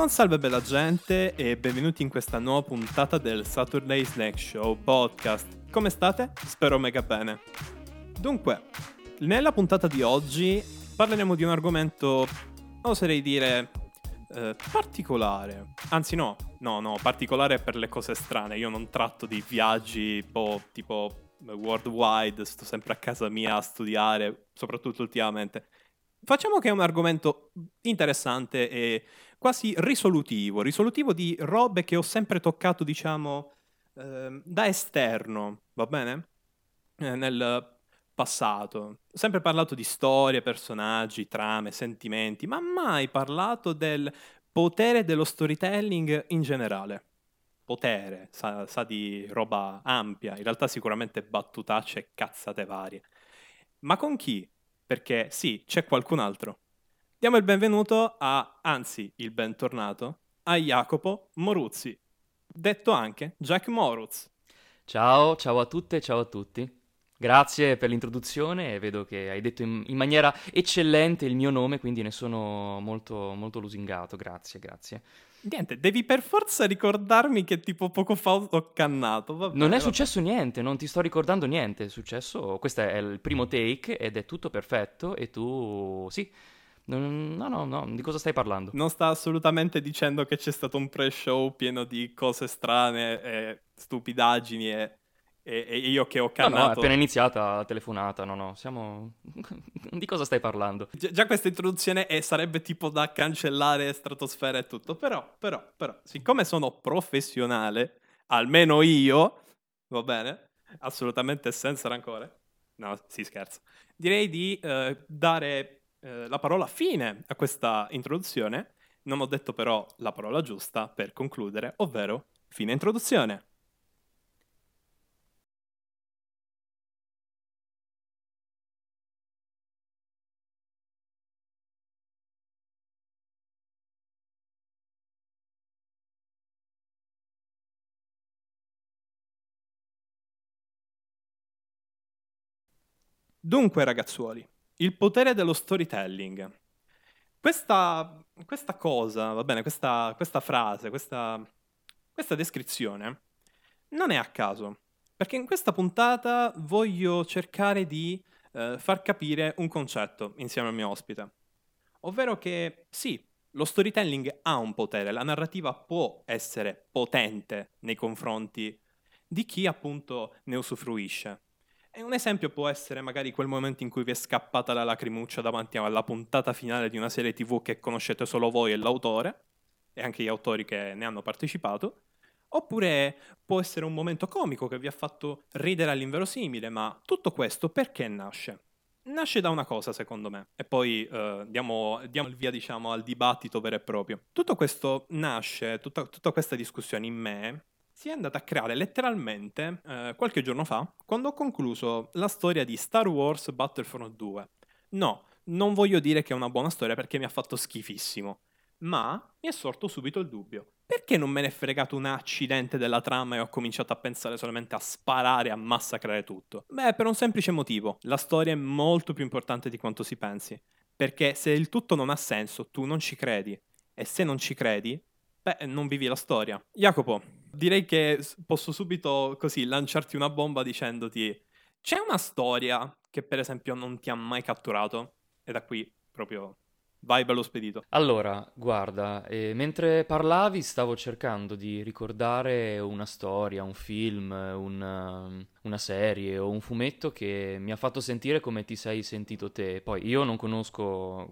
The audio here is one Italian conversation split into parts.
Buon salve bella gente e benvenuti in questa nuova puntata del Saturday Snack Show podcast. Come state? Spero mega bene. Dunque, nella puntata di oggi parleremo di un argomento, oserei dire, particolare. Anzi no, particolare per le cose strane. Io non tratto di viaggi tipo worldwide, sto sempre a casa mia a studiare, soprattutto ultimamente. Facciamo che è un argomento interessante e quasi risolutivo di robe che ho sempre toccato, diciamo, da esterno, va bene? Nel passato. Ho sempre parlato di storie, personaggi, trame, sentimenti, ma mai parlato del potere dello storytelling in generale. Potere, sa di roba ampia, in realtà sicuramente battutacce e cazzate varie. Ma con chi? Perché sì, c'è qualcun altro. Diamo il benvenuto anzi, il bentornato, a Jacopo Moruzzi, detto anche Jack Moruz. Ciao a tutte, ciao a tutti. Grazie per l'introduzione e vedo che hai detto in maniera eccellente il mio nome, quindi ne sono molto, molto lusingato. Grazie. Niente, devi per forza ricordarmi che tipo poco fa ho cannato, va Non è bene, va bene. successo niente, non ti sto ricordando niente, è successo, questo è il primo take ed è tutto perfetto e tu, sì, no, di cosa stai parlando? Non sta assolutamente dicendo che c'è stato un pre-show pieno di cose strane e stupidaggini e io che ho No, è appena cannato. iniziata la telefonata, no, siamo... Di cosa stai parlando? Già questa introduzione sarebbe tipo da cancellare stratosfera e tutto, però, siccome sono professionale, almeno io, va bene, assolutamente senza rancore, no, si scherza, direi di dare la parola fine a questa introduzione. Non ho detto però la parola giusta per concludere, ovvero fine introduzione. Dunque, ragazzuoli, il potere dello storytelling. Questa cosa, va bene, questa frase, questa descrizione non è a caso, perché in questa puntata voglio cercare di far capire un concetto insieme al mio ospite, ovvero che sì, lo storytelling ha un potere, la narrativa può essere potente nei confronti di chi appunto ne usufruisce. E un esempio può essere magari quel momento in cui vi è scappata la lacrimuccia davanti alla puntata finale di una serie TV che conoscete solo voi e l'autore, e anche gli autori che ne hanno partecipato, oppure può essere un momento comico che vi ha fatto ridere all'inverosimile, ma tutto questo perché nasce? Nasce da una cosa, secondo me, e poi diamo il via, diciamo, al dibattito vero e proprio. Tutto questo nasce, tutta questa discussione in me si è andata a creare letteralmente qualche giorno fa, quando ho concluso la storia di Star Wars Battlefront 2. No, non voglio dire che è una buona storia perché mi ha fatto schifissimo, ma mi è sorto subito il dubbio. Perché non me ne è fregato un accidente della trama e ho cominciato a pensare solamente a sparare e a massacrare tutto? Beh, per un semplice motivo. La storia è molto più importante di quanto si pensi. Perché se il tutto non ha senso, tu non ci credi. E se non ci credi, beh, non vivi la storia. Jacopo, direi che posso subito così lanciarti una bomba dicendoti: c'è una storia che per esempio non ti ha mai catturato? E da qui proprio vai bello spedito. Allora, guarda, mentre parlavi stavo cercando di ricordare una storia, un film, una serie o un fumetto che mi ha fatto sentire come ti sei sentito te. Poi io non conosco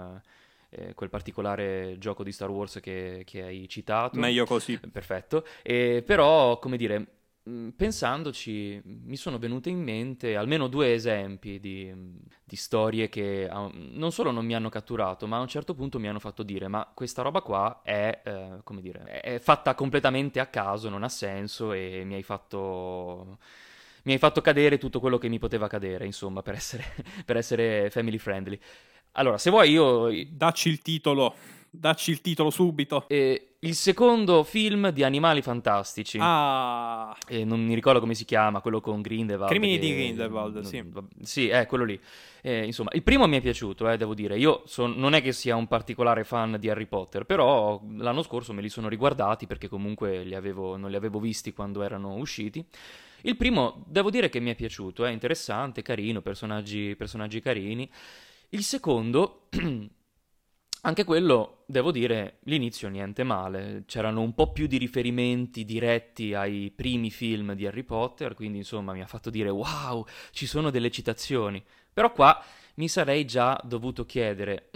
quel particolare gioco di Star Wars che hai citato, Meglio così. perfetto, però, come dire, pensandoci, mi sono venute in mente almeno due esempi di storie che non solo non mi hanno catturato, ma a un certo punto mi hanno fatto dire: ma questa roba qua è, come dire, è fatta completamente a caso, non ha senso e mi hai fatto cadere tutto quello che mi poteva cadere, insomma, per essere family friendly. Allora, se vuoi io... Dacci il titolo. dacci il titolo subito. E il secondo film di Animali Fantastici. Ah, Non mi ricordo come si chiama, quello con Grindelwald. Crimini di Grindelwald, sì. Sì, è quello lì. Insomma, il primo mi è piaciuto, devo dire. Io non è che sia un particolare fan di Harry Potter, però l'anno scorso me li sono riguardati perché comunque non li avevo visti quando erano usciti. Il primo, devo dire che mi è piaciuto, è interessante, carino, personaggi carini. Il secondo, anche quello, devo dire, l'inizio niente male. C'erano un po' più di riferimenti diretti ai primi film di Harry Potter, quindi insomma mi ha fatto dire wow, ci sono delle citazioni. Però qua mi sarei già dovuto chiedere,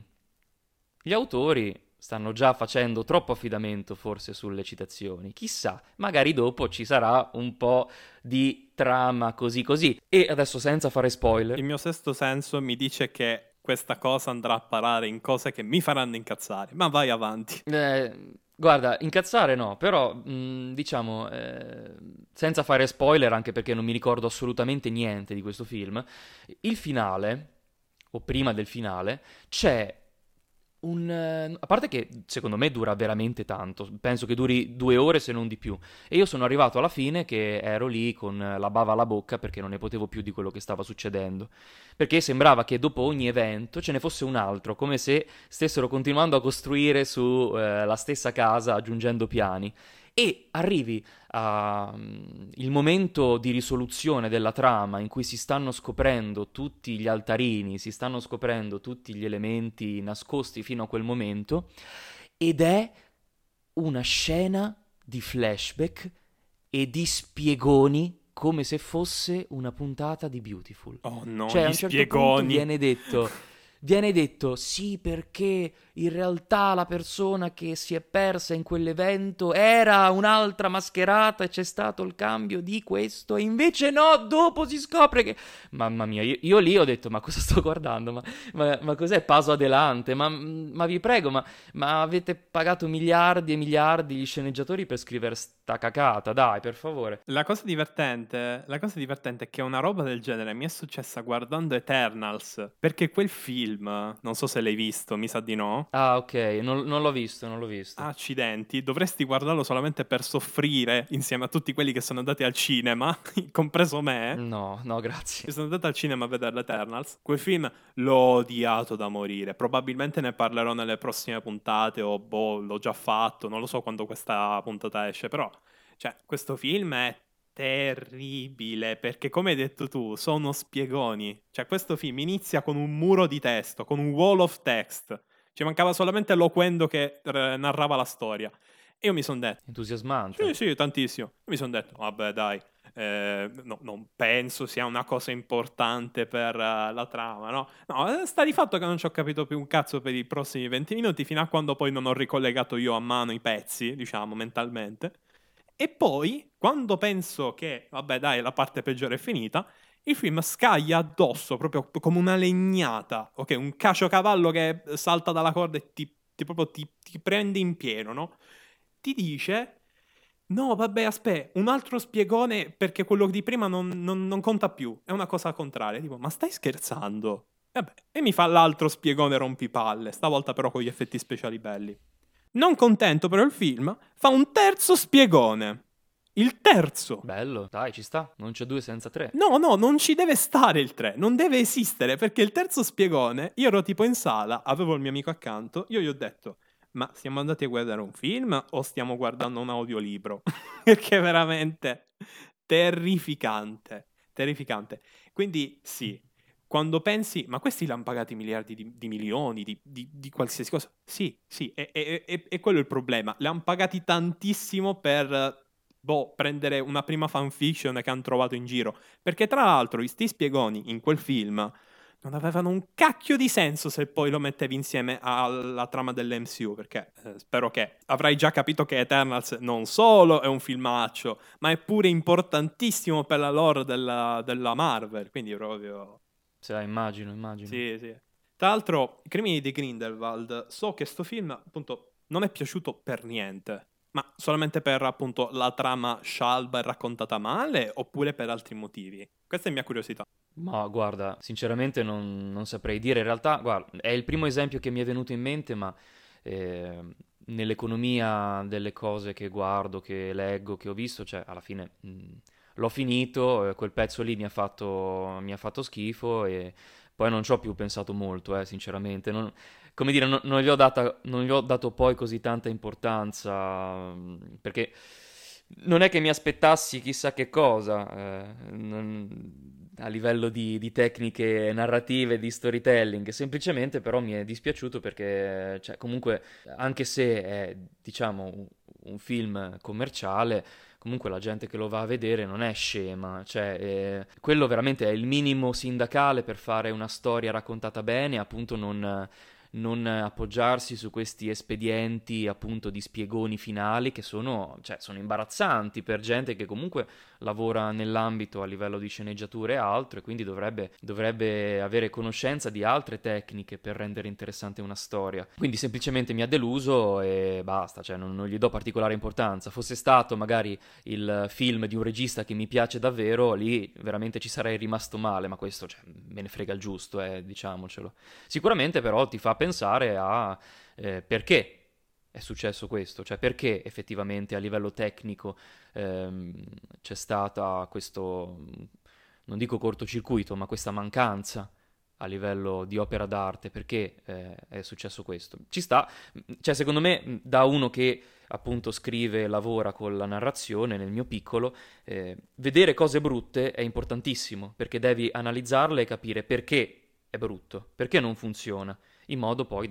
gli autori stanno già facendo troppo affidamento forse sulle citazioni. Chissà, magari dopo ci sarà un po' di trama così così. E adesso senza fare spoiler. Il mio sesto senso mi dice che questa cosa andrà a parare in cose che mi faranno incazzare, ma vai avanti. Guarda, incazzare no, però diciamo, senza fare spoiler, anche perché non mi ricordo assolutamente niente di questo film, il finale, o prima del finale, c'è a parte che secondo me dura veramente tanto, penso che duri 2 ore se non di più. E io sono arrivato alla fine che ero lì con la bava alla bocca perché non ne potevo più di quello che stava succedendo. Perché sembrava che dopo ogni evento ce ne fosse un altro, come se stessero continuando a costruire su la stessa casa aggiungendo piani. E arrivi il momento di risoluzione della trama in cui si stanno scoprendo tutti gli altarini, si stanno scoprendo tutti gli elementi nascosti fino a quel momento, ed è una scena di flashback e di spiegoni come se fosse una puntata di Beautiful. Oh no, Cioè, a gli un certo punto spiegoni. viene detto sì, perché in realtà la persona che si è persa in quell'evento era un'altra mascherata e c'è stato il cambio di questo, e invece no, dopo si scopre che... Mamma mia, io lì ho detto, ma cosa sto guardando? Ma cos'è Paso Adelante? Ma vi prego, ma avete pagato miliardi e miliardi gli sceneggiatori per scrivere sta cacata? Dai, per favore. La cosa divertente è che una roba del genere mi è successa guardando Eternals, perché quel film, non so se l'hai visto, mi sa di no. Ah, ok, non l'ho visto, non l'ho visto. Accidenti, dovresti guardarlo solamente per soffrire insieme a tutti quelli che sono andati al cinema, compreso me. No, no, grazie. Io sono andato al cinema a vedere l'Eternals. Quel film l'ho odiato da morire. Probabilmente ne parlerò nelle prossime puntate o boh, l'ho già fatto, non lo so quando questa puntata esce, però cioè, questo film è terribile perché come hai detto tu, sono spiegoni. Cioè, questo film inizia con un muro di testo, con un wall of text. Ci mancava solamente Loquendo che narrava la storia. E io mi sono detto, Entusiasmante. sì, tantissimo. Mi sono detto, vabbè, dai, no, non penso sia una cosa importante per la trama, no? No, sta di fatto che non ci ho capito più un cazzo per i prossimi 20 minuti, fino a quando poi non ho ricollegato io a mano i pezzi, diciamo, mentalmente. E poi, quando penso che, vabbè, dai, la parte peggiore è finita, il film scaglia addosso, proprio come una legnata, ok? Un caciocavallo che salta dalla corda e ti prende in pieno, no? Ti dice... No, vabbè, aspetta, un altro spiegone perché quello di prima non conta più, è una cosa contraria. Tipo, ma stai scherzando? Vabbè, e mi fa l'altro spiegone rompipalle, stavolta però con gli effetti speciali belli. Non contento però il film, fa un terzo spiegone. Il terzo! Bello, dai, ci sta. Non c'è due senza tre. No, non ci deve stare il 3, non deve esistere perché il terzo spiegone, io ero tipo in sala, avevo il mio amico accanto, io gli ho detto, ma siamo andati a guardare un film o stiamo guardando un audiolibro? Perché è veramente terrificante, terrificante. Quindi sì, quando pensi, ma questi l'hanno pagati miliardi di milioni, di qualsiasi cosa, sì, è quello il problema, li hanno pagati tantissimo per... Boh, prendere una prima fanfiction che hanno trovato in giro. Perché tra l'altro, sti spiegoni in quel film non avevano un cacchio di senso se poi lo mettevi insieme alla trama dell'MCU, perché spero che avrai già capito che Eternals non solo è un filmaccio, ma è pure importantissimo per la lore della Marvel, quindi proprio... Cioè, immagino. Sì, sì. Tra l'altro, I Crimini di Grindelwald, so che sto film, appunto, non è piaciuto per niente, ma solamente per, appunto, la trama scialba e raccontata male, oppure per altri motivi? Questa è mia curiosità. Ma guarda, sinceramente non saprei dire. In realtà, guarda, è il primo esempio che mi è venuto in mente, ma nell'economia delle cose che guardo, che leggo, che ho visto, cioè alla fine l'ho finito, quel pezzo lì mi ha fatto schifo e poi non ci ho più pensato molto, sinceramente. Come dire, non gli ho dato poi così tanta importanza, perché non è che mi aspettassi chissà che cosa, a livello di tecniche narrative, di storytelling, semplicemente però mi è dispiaciuto perché, cioè, comunque, anche se è, diciamo, un film commerciale, comunque la gente che lo va a vedere non è scema, cioè, quello veramente è il minimo sindacale per fare una storia raccontata bene, appunto non appoggiarsi su questi espedienti appunto di spiegoni finali che sono, cioè, sono imbarazzanti per gente che comunque lavora nell'ambito a livello di sceneggiature e altro e quindi dovrebbe avere conoscenza di altre tecniche per rendere interessante una storia. Quindi semplicemente mi ha deluso e basta, cioè non gli do particolare importanza. Fosse stato magari il film di un regista che mi piace davvero, lì veramente ci sarei rimasto male, ma questo, cioè, me ne frega il giusto, diciamocelo. Sicuramente però ti fa pensare a perché è successo questo, cioè perché effettivamente a livello tecnico c'è stata questo, non dico cortocircuito, ma questa mancanza a livello di opera d'arte, perché è successo questo. Ci sta, cioè secondo me da uno che appunto scrive e lavora con la narrazione nel mio piccolo, vedere cose brutte è importantissimo, perché devi analizzarle e capire perché è brutto, perché non funziona, in modo poi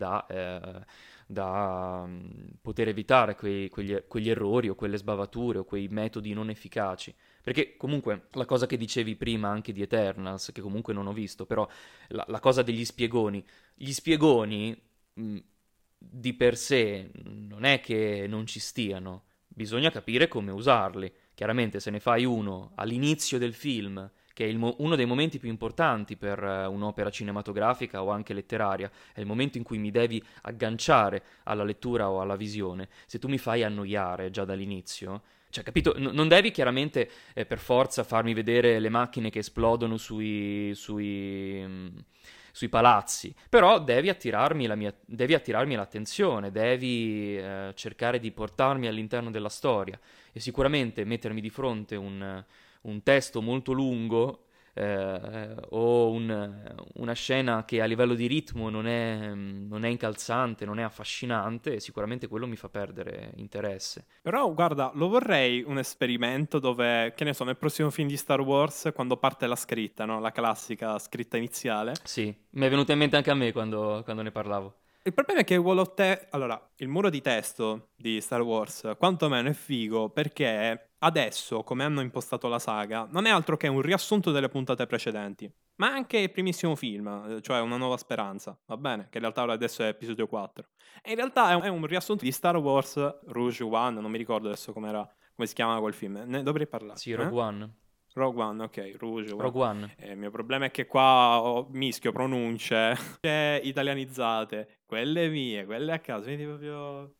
da poter evitare quegli errori o quelle sbavature o quei metodi non efficaci. Perché comunque la cosa che dicevi prima anche di Eternals, che comunque non ho visto, però la cosa degli spiegoni, gli spiegoni di per sé non è che non ci stiano, bisogna capire come usarli. Chiaramente se ne fai uno all'inizio del film, che è uno dei momenti più importanti per un'opera cinematografica o anche letteraria, è il momento in cui mi devi agganciare alla lettura o alla visione. Se tu mi fai annoiare già dall'inizio, cioè, capito? Non devi chiaramente per forza farmi vedere le macchine che esplodono sui palazzi, però devi attirarmi l'attenzione, devi cercare di portarmi all'interno della storia e sicuramente mettermi di fronte un testo molto lungo o una scena che a livello di ritmo non è incalzante, non è affascinante, sicuramente quello mi fa perdere interesse. Però guarda, lo vorrei un esperimento dove, che ne so, nel prossimo film di Star Wars, quando parte la scritta, no? La classica scritta iniziale. Sì, mi è venuto in mente anche a me quando ne parlavo. Il problema è che allora, il muro di testo di Star Wars, quantomeno è figo perché adesso, come hanno impostato la saga, non è altro che un riassunto delle puntate precedenti. Ma anche il primissimo film, cioè Una nuova speranza, va bene? Che in realtà ora adesso è episodio 4. E in realtà è un riassunto di Star Wars Rouge One, non mi ricordo adesso come si chiama quel film. Ne dovrei parlare. Sì, Rogue One. Rogue One, ok, Rouge One. Rogue One. Il mio problema è che qua mischio pronunce italianizzate, quelle mie, quelle a caso, quindi proprio...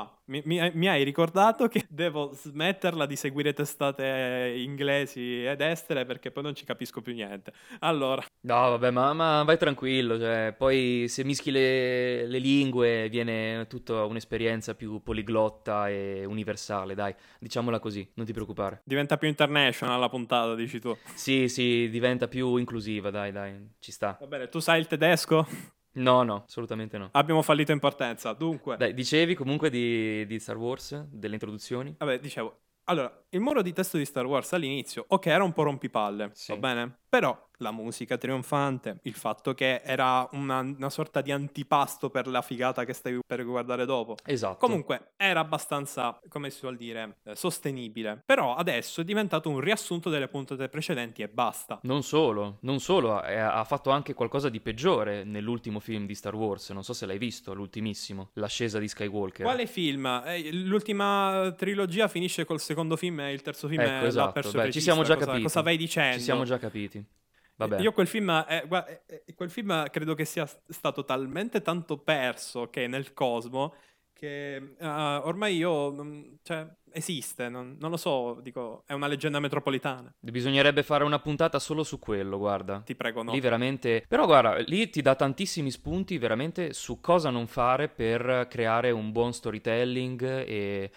Mi hai ricordato che devo smetterla di seguire testate inglesi ed estere perché poi non ci capisco più niente. Allora, No, vabbè, ma vai tranquillo, cioè, poi se mischi le lingue viene tutta un'esperienza più poliglotta e universale, dai, diciamola così, non ti preoccupare. diventa più international la puntata, dici tu. Sì, sì, diventa più inclusiva, dai, ci sta. Va bene, tu sai il tedesco? No, assolutamente no. Abbiamo fallito in partenza, dunque. Dai, dicevi comunque di Star Wars, delle introduzioni? Vabbè, dicevo, allora, il muro di testo di Star Wars all'inizio, ok, era un po' rompipalle, va Sì. bene? Però la musica trionfante, il fatto che era una sorta di antipasto per la figata che stavi per guardare dopo. Esatto. Comunque, era abbastanza, come si vuol dire, sostenibile. Però adesso è diventato un riassunto delle puntate precedenti e basta. Non solo, ha fatto anche qualcosa di peggiore nell'ultimo film di Star Wars, non so se l'hai visto, l'ultimissimo, L'ascesa di Skywalker. Quale film? L'ultima trilogia finisce col secondo film e il terzo film Ecco, l'ha esatto. perso il Beh, ci siamo regista. già capiti. Cosa vai dicendo? Ci siamo già capiti. Vabbè. Io quel film, quel film credo che sia stato talmente tanto perso che nel cosmo che ormai io, cioè, esiste, non lo so, dico, è una leggenda metropolitana. Bisognerebbe fare una puntata solo su quello, guarda. Ti prego, Lì no. veramente... Però guarda, lì ti dà tantissimi spunti veramente su cosa non fare per creare un buon storytelling e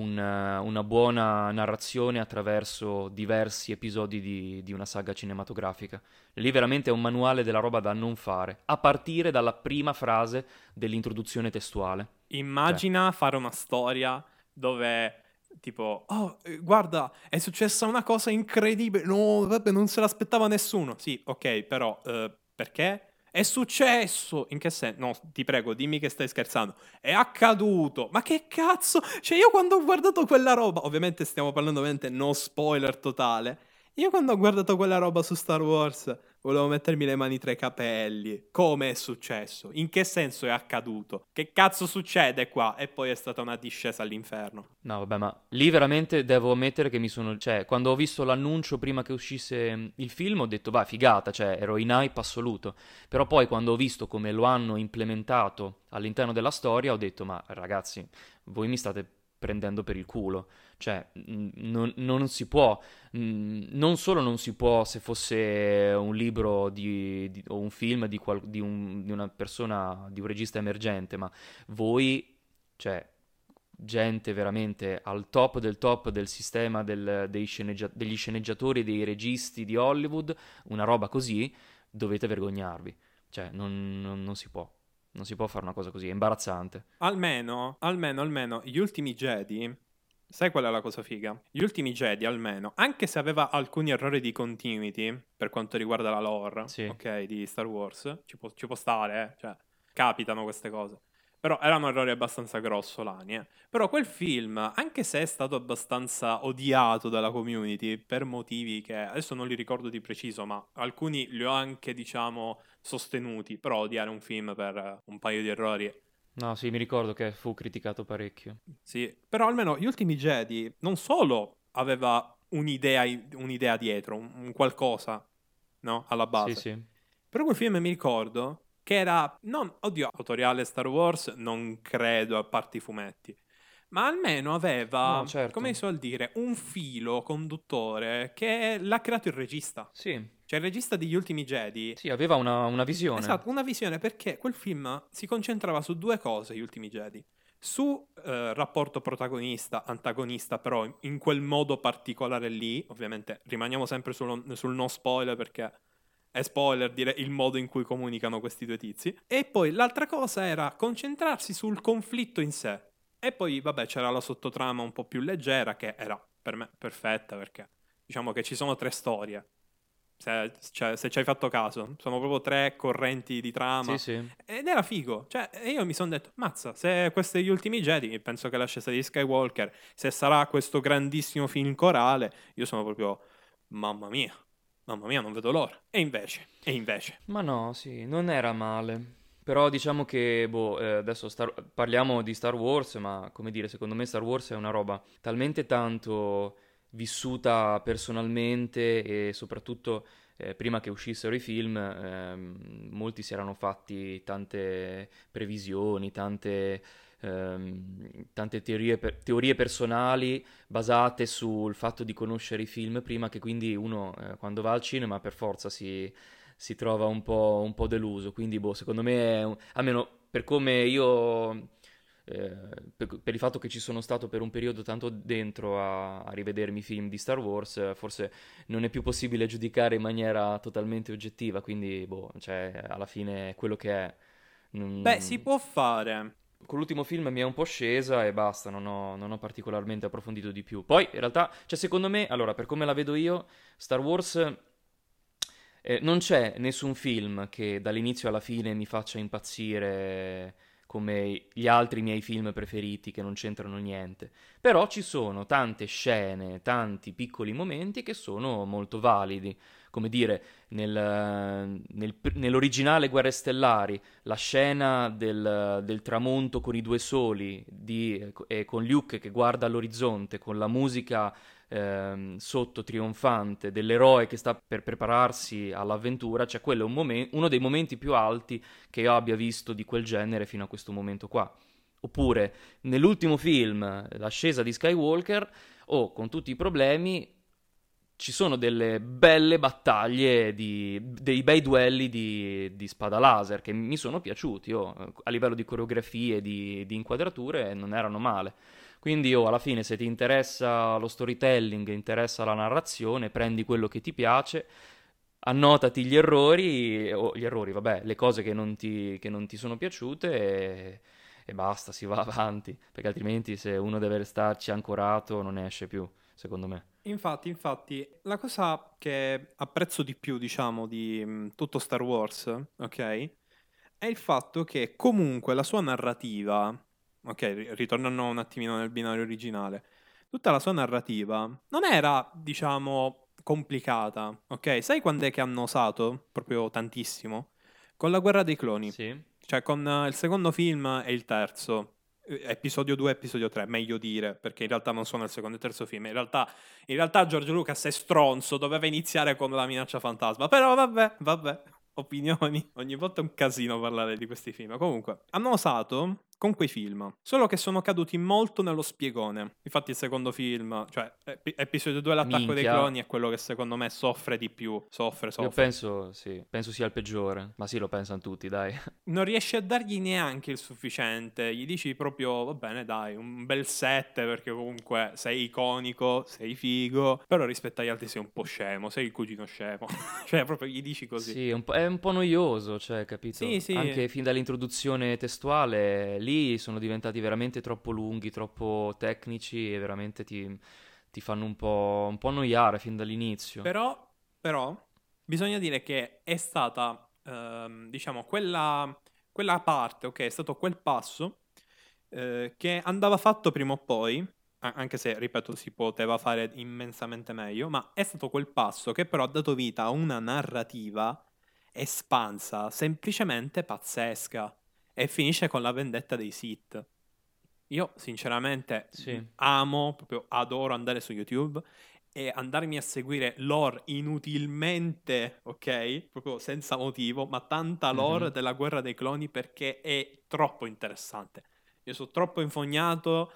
una buona narrazione attraverso diversi episodi di una saga cinematografica. Lì veramente è un manuale della roba da non fare, a partire dalla prima frase dell'introduzione testuale. Cioè, Immagina fare una storia dove, tipo, oh, guarda, è successa una cosa incredibile. No, vabbè, non se l'aspettava nessuno. Sì, ok, però, perché? È successo! In che senso? No, ti prego, dimmi che stai scherzando. È accaduto! Ma che cazzo? Cioè, io quando ho guardato quella roba, ovviamente stiamo parlando ovviamente no spoiler totale. Io quando ho guardato quella roba su Star Wars, volevo mettermi le mani tra i capelli. Come è successo? In che senso è accaduto? Che cazzo succede qua? E poi è stata una discesa all'inferno. no, vabbè, ma lì veramente devo ammettere che mi sono... Cioè, quando ho visto l'annuncio prima che uscisse il film, ho detto, va, figata, cioè, ero in hype assoluto. Però poi quando ho visto come lo hanno implementato all'interno della storia, ho detto, ma ragazzi, voi mi state prendendo per il culo. Cioè, non si può... non solo non si può, se fosse un libro o un film di una persona, di un regista emergente, ma voi... Cioè, gente veramente al top del sistema degli sceneggiatori, dei registi di Hollywood, una roba così, dovete vergognarvi. Cioè, non si può. Non si può fare una cosa così, è imbarazzante. Almeno, gli ultimi Jedi, sai qual è la cosa figa? Gli ultimi Jedi, almeno, anche se aveva alcuni errori di continuity per quanto riguarda la lore, Sì. ok, di Star Wars, ci può stare, cioè, capitano queste cose. Però erano errori abbastanza grossolani, eh. Però quel film, anche se è stato abbastanza odiato dalla community per motivi che adesso non li ricordo di preciso, ma alcuni li ho anche, diciamo, sostenuti. Però odiare un film per un paio di errori. No, sì, mi ricordo che fu criticato parecchio. Sì, però almeno Gli Ultimi Jedi non solo aveva un'idea dietro, un qualcosa, no? Alla Sì, base. sì. Però quel film mi ricordo che era, non, oddio, autoriale Star Wars, non credo, a parte i fumetti, ma almeno No, aveva, come certo. si suol dire, un filo conduttore che l'ha creato il regista. Sì, Cioè il regista degli Ultimi Jedi. sì, aveva una visione. Esatto, una visione perché quel film si concentrava su due cose, Gli Ultimi Jedi. Su rapporto protagonista-antagonista, però in quel modo particolare lì, ovviamente rimaniamo sempre sul no spoiler perché è spoiler dire il modo in cui comunicano questi due tizi. E poi l'altra cosa era concentrarsi sul conflitto in sé. E poi, vabbè, c'era la sottotrama un po' più leggera che era per me perfetta perché diciamo che ci sono tre storie se ci hai fatto caso, sono proprio tre correnti di Sì, trama. sì. Ed era figo. Cioè, e io mi sono detto, mazza, se questi gli ultimi Jedi, penso che l'ascesa di Skywalker, se sarà questo grandissimo film corale, io sono proprio, mamma mia, non vedo l'ora. E invece. Ma no, sì, non era male. Però diciamo che, boh, adesso parliamo di Star Wars, ma come dire, secondo me Star Wars è una roba talmente tanto vissuta personalmente e soprattutto prima che uscissero i film, molti si erano fatti tante previsioni, tante teorie personali basate sul fatto di conoscere i film prima che quindi uno quando va al cinema per forza si trova un po' deluso. Quindi, boh, secondo me, almeno per come io, per il fatto che ci sono stato per un periodo tanto dentro a rivedermi i film di Star Wars, forse non è più possibile giudicare in maniera totalmente oggettiva. Quindi, boh, cioè, alla fine è quello che è. Beh, si Non- può fare. Con l'ultimo film mi è un po' scesa e basta, non ho particolarmente approfondito di più. Poi, in realtà, cioè, secondo me, allora, per come la vedo io, Star Wars non c'è nessun film che dall'inizio alla fine mi faccia impazzire come gli altri miei film preferiti che non c'entrano niente. Però ci sono tante scene, tanti piccoli momenti che sono molto validi. Come dire, nell'originale Guerre Stellari, la scena del tramonto con i due soli, con Luke che guarda all'orizzonte, con la musica sotto trionfante dell'eroe che sta per prepararsi all'avventura, cioè quello è uno dei momenti più alti che io abbia visto di quel genere fino a questo momento qua. Oppure nell'ultimo film, l'ascesa di Skywalker, con tutti i problemi, ci sono delle belle battaglie, dei bei duelli di spada laser che mi sono piaciuti. A livello di coreografie, di inquadrature, non erano male. Quindi alla fine se ti interessa lo storytelling, interessa la narrazione, prendi quello che ti piace, annotati gli errori, o gli errori, vabbè, le cose che non ti sono piaciute e basta, si va avanti, perché altrimenti se uno deve restarci ancorato non ne esce più, secondo me. Infatti, la cosa che apprezzo di più, diciamo, di tutto Star Wars, ok, è il fatto che comunque la sua narrativa, ok, ritornando un attimino nel binario originale, tutta la sua narrativa non era, diciamo, complicata, ok? Sai quando è che hanno osato? Proprio tantissimo? Con la guerra dei cloni, Sì? cioè con il secondo film e il terzo. Episodio 2 e episodio 3, meglio dire, perché in realtà non sono il secondo e terzo film. In realtà George Lucas è stronzo, doveva iniziare con la minaccia fantasma. Però vabbè, opinioni. Ogni volta è un casino parlare di questi film. Comunque, hanno osato con quei film, solo che sono caduti molto nello spiegone. Infatti il secondo film, cioè episodio 2 l'attacco dei Minchia, cloni, è quello che secondo me soffre di più. Soffre, io soffre. penso, sì, penso sia il peggiore, ma sì, lo pensano tutti, dai. Non riesci a dargli neanche il sufficiente, gli dici proprio va bene dai, un bel 7 perché comunque sei iconico, sei figo, però rispetto agli altri sei un po' scemo, sei il cugino scemo, cioè proprio gli dici così. Sì, è un po' noioso, cioè, Sì, capito? sì, Anche fin dall'introduzione testuale, lì sono diventati veramente troppo lunghi, troppo tecnici e veramente ti fanno un po' annoiare fin dall'inizio. però bisogna dire che è stata, diciamo, quella parte, ok, è stato quel passo che andava fatto prima o poi, anche se, ripeto, si poteva fare immensamente meglio, ma è stato quel passo che però ha dato vita a una narrativa espansa, semplicemente pazzesca, e finisce con la vendetta dei Sith. Io sinceramente Sì. amo, proprio adoro andare su YouTube e andarmi a seguire lore inutilmente, ok? Proprio senza motivo, ma tanta lore Mhm. della guerra dei cloni perché è troppo interessante. Io sono troppo infognato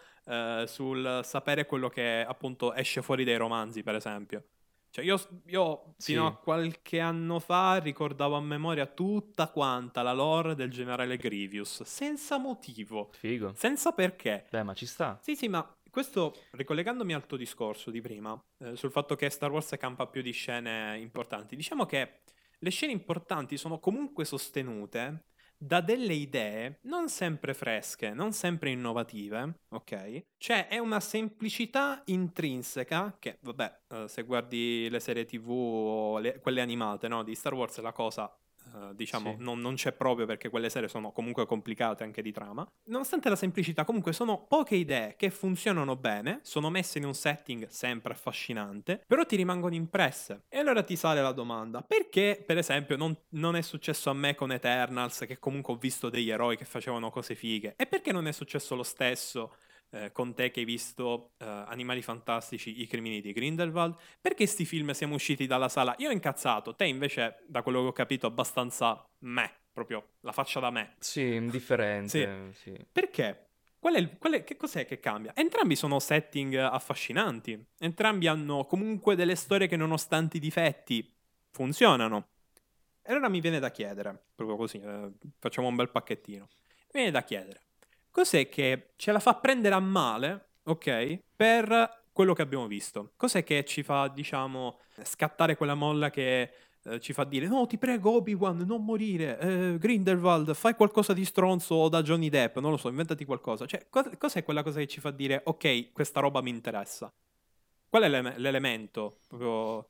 sul sapere quello che appunto esce fuori dai romanzi, per esempio. Cioè, io fino a Sì, qualche anno fa ricordavo a memoria tutta quanta la lore del generale Grievous, senza motivo, figo. senza perché. Beh, ma ci sta. Sì, sì, ma questo, ricollegandomi al tuo discorso di prima, sul fatto che Star Wars campa più di scene importanti, diciamo che le scene importanti sono comunque sostenute da delle idee non sempre fresche, non sempre innovative, ok? Cioè è una semplicità intrinseca che, vabbè, se guardi le serie TV o quelle animate, no, di Star Wars la cosa diciamo, Sì. non c'è proprio perché quelle serie sono comunque complicate anche di trama. Nonostante la semplicità, comunque sono poche idee che funzionano bene, sono messe in un setting sempre affascinante, però ti rimangono impresse. E allora ti sale la domanda, perché per esempio non è successo a me con Eternals, che comunque ho visto degli eroi che facevano cose fighe, e perché non è successo lo stesso con te che hai visto Animali Fantastici, I crimini di Grindelwald? Perché sti film siamo usciti dalla sala? Io ho incazzato, te invece, da quello che ho capito, abbastanza me, proprio la faccia da me. Sì, Sì. indifferente, sì. Perché? Che cos'è che cambia? Entrambi sono setting affascinanti, entrambi hanno comunque delle storie che nonostante i difetti funzionano. E allora mi viene da chiedere, proprio così, facciamo un bel pacchettino. Mi viene da chiedere, cos'è che ce la fa prendere a male, ok, per quello che abbiamo visto? Cos'è che ci fa, diciamo, scattare quella molla che ci fa dire no, ti prego Obi-Wan, non morire, Grindelwald, fai qualcosa di stronzo da Johnny Depp, non lo so, inventati qualcosa. Cioè, cos'è quella cosa che ci fa dire ok, questa roba mi interessa? Qual è l'elemento? Proprio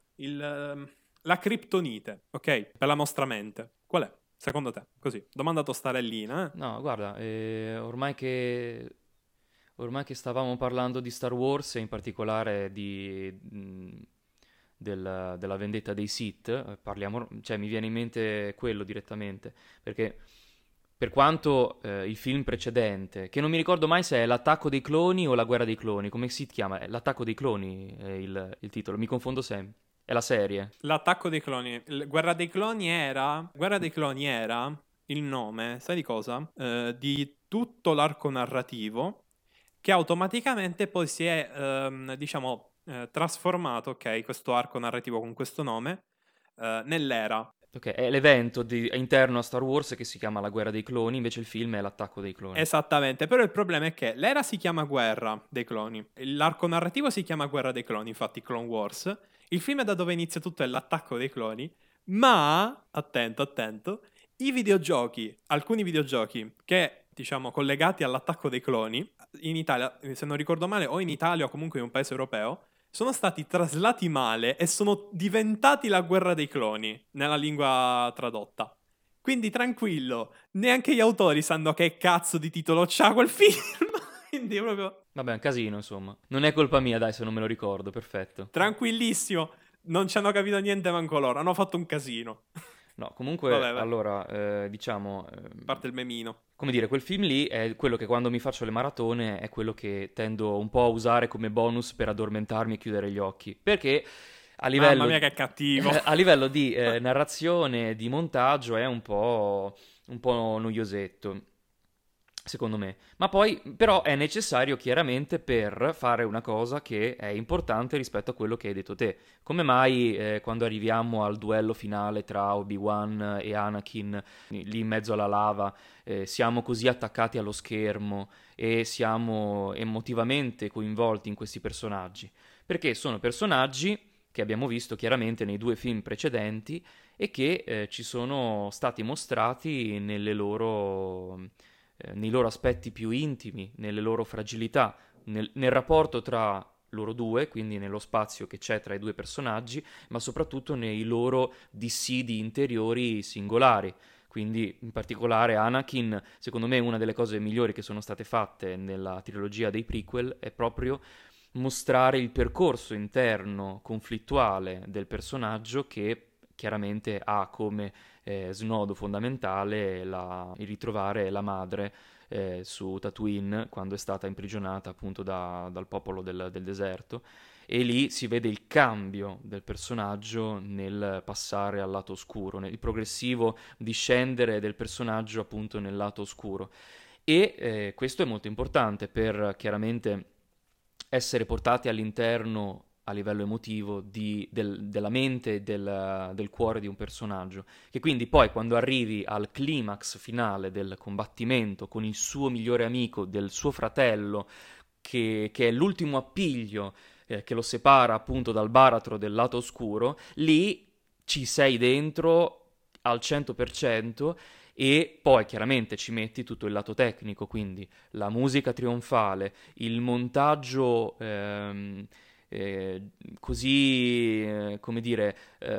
la criptonite, ok? Per la nostra mente. Qual è? Secondo te? Così, domanda tostarellina, eh? No, guarda, ormai che stavamo parlando di Star Wars e in particolare della vendetta dei Sith, parliamo, cioè mi viene in mente quello direttamente, perché per quanto il film precedente, che non mi ricordo mai se è L'attacco dei cloni o La guerra dei cloni, come si chiama? L'attacco dei cloni è il titolo, mi confondo sempre. È la serie. L'attacco dei cloni. Guerra dei cloni era il nome, sai di cosa? Di tutto l'arco narrativo che automaticamente poi si è, diciamo, trasformato, ok, questo arco narrativo con questo nome, nell'era. Ok, è l'evento interno a Star Wars che si chiama La guerra dei cloni, invece il film è L'attacco dei cloni. Esattamente, però il problema è che l'era si chiama Guerra dei Cloni, l'arco narrativo si chiama Guerra dei Cloni, infatti Clone Wars, il film da dove inizia tutto è l'attacco dei cloni, ma, attento, attento, i videogiochi, alcuni videogiochi che, diciamo, collegati all'attacco dei cloni, in Italia, se non ricordo male, o in Italia o comunque in un paese europeo, sono stati traslati male e sono diventati la Guerra dei Cloni nella lingua tradotta. Quindi tranquillo, neanche gli autori sanno che cazzo di titolo c'ha quel film. Quindi proprio Vabbè, è un casino, insomma. Non è colpa mia, dai, se non me lo ricordo, perfetto. tranquillissimo. Non ci hanno capito niente manco loro. Hanno fatto un casino. No, comunque, Vabbè, vai. allora, diciamo, Parte il memino. come dire, quel film lì è quello che quando mi faccio le maratone è quello che tendo un po' a usare come bonus per addormentarmi e chiudere gli occhi. Perché a Mamma livello, mia, che cattivo. a livello di narrazione, di montaggio è un po' noiosetto, secondo me. Ma poi, però, è necessario chiaramente per fare una cosa che è importante rispetto a quello che hai detto te. Come mai, quando arriviamo al duello finale tra Obi-Wan e Anakin, lì in mezzo alla lava, siamo così attaccati allo schermo e siamo emotivamente coinvolti in questi personaggi? Perché sono personaggi che abbiamo visto chiaramente nei due film precedenti e che ci sono stati mostrati nei loro aspetti più intimi, nelle loro fragilità, nel rapporto tra loro due, quindi nello spazio che c'è tra i due personaggi, ma soprattutto nei loro dissidi interiori singolari. Quindi, in particolare, Anakin, secondo me, una delle cose migliori che sono state fatte nella trilogia dei prequel è proprio mostrare il percorso interno conflittuale del personaggio che chiaramente ha come snodo fondamentale il ritrovare la madre su Tatooine quando è stata imprigionata appunto dal popolo del deserto e lì si vede il cambio del personaggio nel passare al lato oscuro, il progressivo discendere del personaggio appunto nel lato oscuro e questo è molto importante per chiaramente essere portati all'interno a livello emotivo della mente e del cuore di un personaggio, che quindi poi quando arrivi al climax finale del combattimento con il suo migliore amico, del suo fratello, che è l'ultimo appiglio che lo separa appunto dal baratro del lato oscuro, lì ci sei dentro al 100% e poi chiaramente ci metti tutto il lato tecnico, quindi la musica trionfale, il montaggio eh, così, come dire,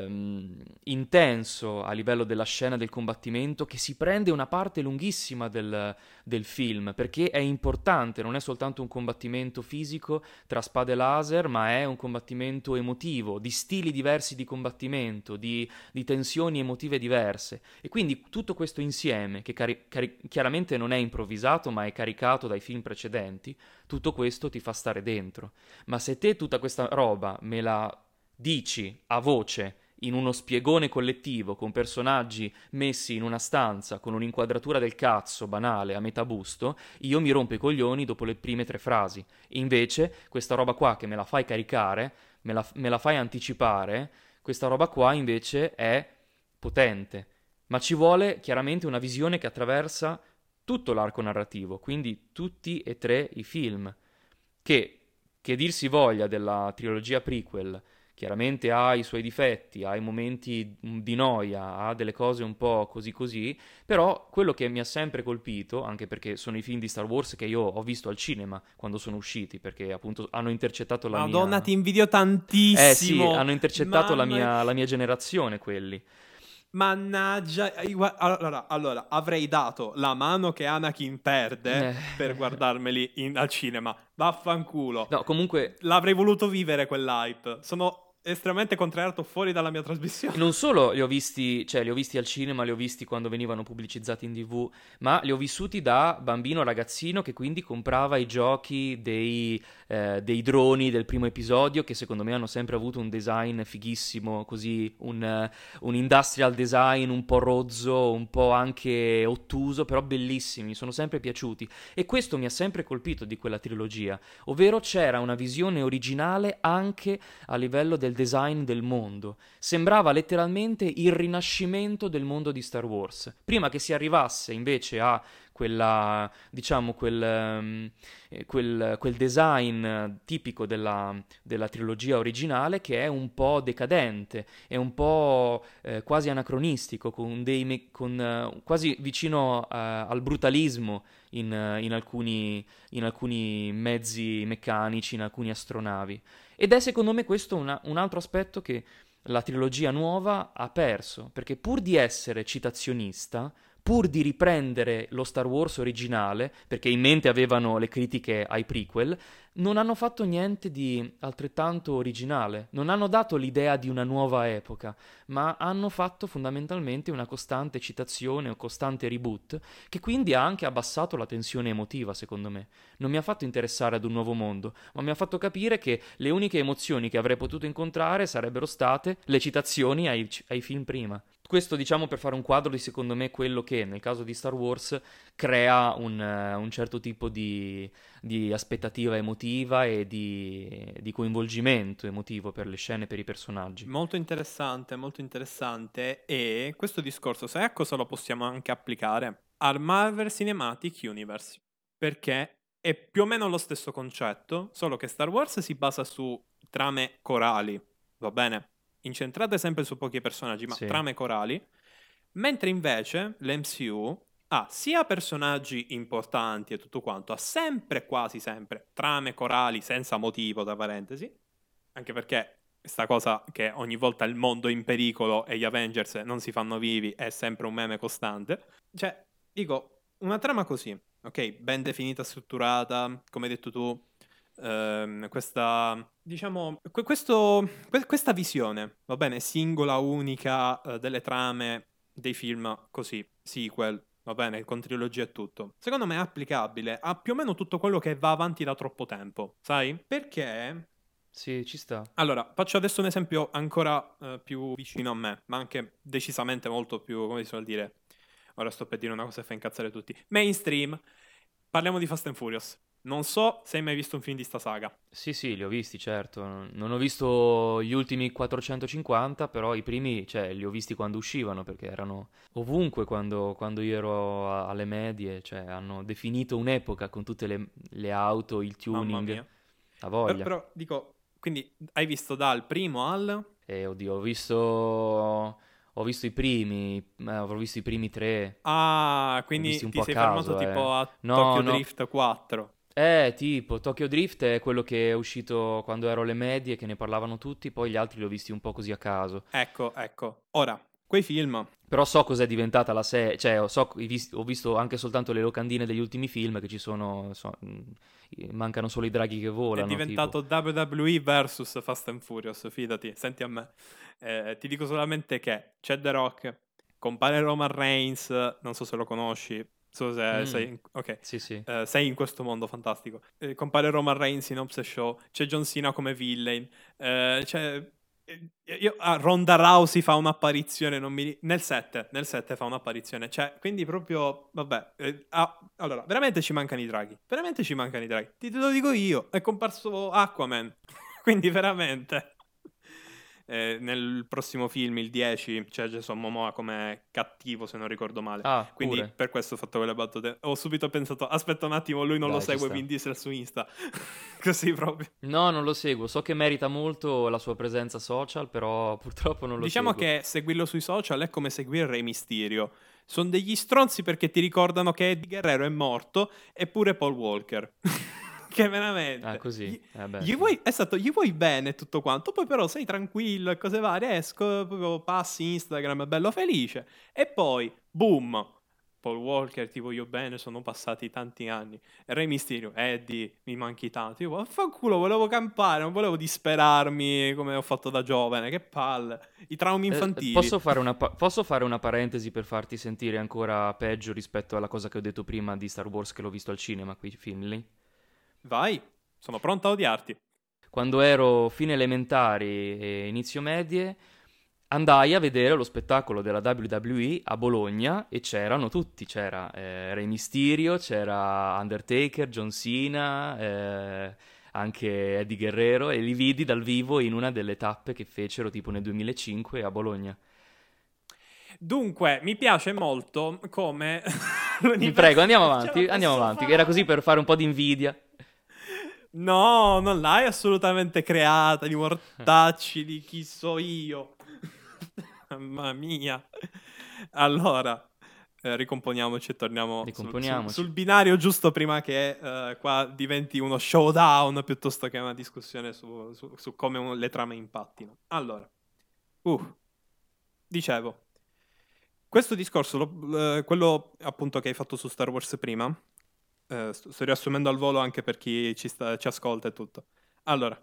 intenso a livello della scena del combattimento che si prende una parte lunghissima del film, perché è importante, non è soltanto un combattimento fisico tra spade laser, ma è un combattimento emotivo, di stili diversi di combattimento, di tensioni emotive diverse. E quindi tutto questo insieme, che chiaramente non è improvvisato, ma è caricato dai film precedenti, tutto questo ti fa stare dentro. Ma se te tutta questa roba me la dici a voce in uno spiegone collettivo con personaggi messi in una stanza con un'inquadratura del cazzo banale a metà busto, io mi rompo i coglioni dopo le prime 3 frasi. Invece, questa roba qua che me la fai caricare, me la fai anticipare, questa roba qua invece è potente. Ma ci vuole chiaramente una visione che attraversa tutto l'arco narrativo, quindi tutti e tre i film, che, che dir si voglia della trilogia prequel, chiaramente ha i suoi difetti, ha i momenti di noia, ha delle cose un po' così così, però quello che mi ha sempre colpito, anche perché sono i film di Star Wars che io ho visto al cinema quando sono usciti, perché appunto hanno intercettato la Madonna, mia... ti invidio Sì, tantissimo. hanno intercettato Mamma mia. la mia generazione quelli. Mannaggia, allora, avrei dato la mano che Anakin perde per guardarmeli al cinema. Vaffanculo. No, comunque L'avrei voluto vivere quell'hype. Sono estremamente contrariato fuori dalla mia trasmissione. Non solo li ho visti, cioè li ho visti al cinema, li ho visti quando venivano pubblicizzati in TV, ma li ho vissuti da bambino ragazzino che quindi comprava i giochi dei droni del primo episodio, che secondo me hanno sempre avuto un design fighissimo, così un industrial design un po' rozzo, un po' anche ottuso, però bellissimi, mi sono sempre piaciuti. E questo mi ha sempre colpito di quella trilogia, ovvero c'era una visione originale anche a livello del design del mondo. Sembrava letteralmente il rinascimento del mondo di Star Wars. Prima che si arrivasse invece a quella, diciamo, quel design tipico della trilogia originale che è un po' decadente, è un po' quasi anacronistico, quasi vicino al brutalismo in alcuni mezzi meccanici, in alcune astronavi. Ed è secondo me questo un altro aspetto che la trilogia nuova ha perso, perché pur di essere citazionista, pur di riprendere lo Star Wars originale, perché in mente avevano le critiche ai prequel, non hanno fatto niente di altrettanto originale, non hanno dato l'idea di una nuova epoca, ma hanno fatto fondamentalmente una costante citazione, un costante reboot, che quindi ha anche abbassato la tensione emotiva, secondo me. Non mi ha fatto interessare ad un nuovo mondo, ma mi ha fatto capire che le uniche emozioni che avrei potuto incontrare sarebbero state le citazioni ai film prima. Questo diciamo per fare un quadro di secondo me quello che nel caso di Star Wars crea un certo tipo di aspettativa emotiva e di coinvolgimento emotivo per le scene, per i personaggi. Molto interessante. E questo discorso, sai a cosa lo possiamo anche applicare? Al Marvel Cinematic Universe. Perché è più o meno lo stesso concetto, solo che Star Wars si basa su trame corali, va bene? Incentrate sempre su pochi personaggi, ma Sì. trame corali. Mentre invece l'MCU ha sia personaggi importanti e tutto quanto, ha sempre, quasi sempre, trame corali senza motivo, tra parentesi, anche perché questa cosa che ogni volta il mondo è in pericolo e gli Avengers non si fanno vivi è sempre un meme costante. Cioè, dico, una trama così, ok, ben definita, strutturata, come hai detto tu, questa, diciamo, questa visione, va bene, singola, unica, delle trame dei film così, sequel, va bene, con trilogia e tutto. Secondo me è applicabile a più o meno tutto quello che va avanti da troppo tempo, sai? Perché Sì, ci sta. allora, faccio adesso un esempio ancora più vicino a me, ma anche decisamente molto più, come si suol dire, ora sto per dire una cosa che fa incazzare tutti, mainstream. Parliamo di Fast and Furious. Non so se hai mai visto un film di sta saga. Sì, sì, li ho visti, certo. Non ho visto gli ultimi 450, però i primi, cioè, li ho visti quando uscivano, perché erano ovunque quando io ero alle medie, cioè, hanno definito un'epoca con tutte le auto, il Mamma tuning, mia. a Però, voglia. però, dico, quindi hai visto dal primo al... E oddio, ho visto i primi, avrò visto i primi tre, Ah, li ho visti quindi un ti po' a sei fermato caso, eh. tipo a No, Tokyo no. Drift 4. Tipo, Tokyo Drift è quello che è uscito quando ero alle medie, che ne parlavano tutti, poi gli altri li ho visti un po' così a caso. Ecco, ecco. Ora, quei film... Però so cos'è diventata la serie, cioè ho visto anche soltanto le locandine degli ultimi film che ci sono, mancano solo i draghi che È volano, tipo. diventato WWE versus Fast and Furious, fidati, senti a me. Ti dico solamente che c'è The Rock, compare Roman Reigns, non so se lo conosci, non so se Mm, sei, ok, sì, sì. sei in questo mondo fantastico. Compare Roman Reigns in Hobbs Show, c'è John Cena come villain, c'è... Ronda Rousey fa un'apparizione nel set fa un'apparizione, cioè, quindi proprio, vabbè, allora, veramente ci mancano i draghi, veramente ci mancano i draghi, te lo dico io, è comparso Aquaman, quindi veramente. Nel prossimo film, il 10, c'è Jason Momoa come cattivo, se non ricordo male, Ah, quindi pure. per questo ho fatto quelle battute, ho subito pensato, aspetta un attimo, lui non lo Dai, ci segue sta. Vin Diesel su Insta, così proprio. No, non lo seguo, so che merita molto la sua presenza social, però purtroppo non lo Diciamo seguo. che seguirlo sui social è come seguire Re Mysterio. Sono degli stronzi perché ti ricordano che Eddie Guerrero è morto, eppure Paul Walker. Che Ah, veramente. così? Beh, Gli sì. vuoi, esatto, gli vuoi bene e tutto quanto, poi però sei tranquillo e cose varie, esco, proprio passi Instagram, bello felice, e poi, boom, Paul Walker, ti voglio bene, sono passati tanti anni. E Re Mysterio, Eddie, mi manchi tanto. Io, vaffanculo, volevo campare, non volevo disperarmi come ho fatto da giovane, che palle. I traumi infantili. Posso fare una parentesi per farti sentire ancora peggio rispetto alla cosa che ho detto prima di Star Wars che l'ho visto al cinema, quei film lì? Vai, sono pronto a odiarti. Quando ero fine elementari e inizio medie, andai a vedere lo spettacolo della WWE a Bologna e c'erano tutti, c'era Rey Mysterio, c'era Undertaker, John Cena, anche Eddie Guerrero e li vidi dal vivo in una delle tappe che fecero tipo nel 2005 a Bologna. Dunque, mi piace molto come Ti prego, l'universo ce la andiamo posso avanti, era così fare. per fare un po' di invidia. No, non l'hai assolutamente creata, di mortacci di chi so io. Mamma mia. Allora, ricomponiamoci e torniamo sul Ricomponiamoci. binario giusto prima che qua diventi uno showdown piuttosto che una discussione su come le trame impattino. Allora, dicevo, questo discorso, quello appunto che hai fatto su Star Wars prima, sto riassumendo al volo anche per chi ci ascolta e tutto. Allora,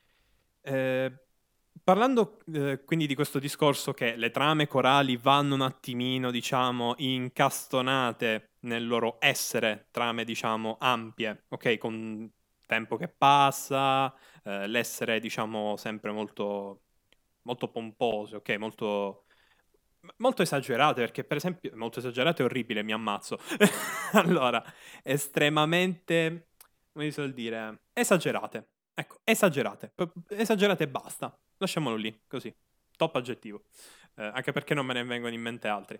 eh, parlando quindi di questo discorso che le trame corali vanno un attimino, diciamo, incastonate nel loro essere trame, diciamo, ampie, ok? Con tempo che passa, l'essere, diciamo, sempre molto, molto pompose, ok? Molto esagerate, perché per esempio, molto esagerate è orribile, mi ammazzo. Allora, estremamente, come si suol dire, esagerate. Ecco, esagerate. Esagerate e basta. Lasciamolo lì, così. Top aggettivo. Anche perché non me ne vengono in mente altri.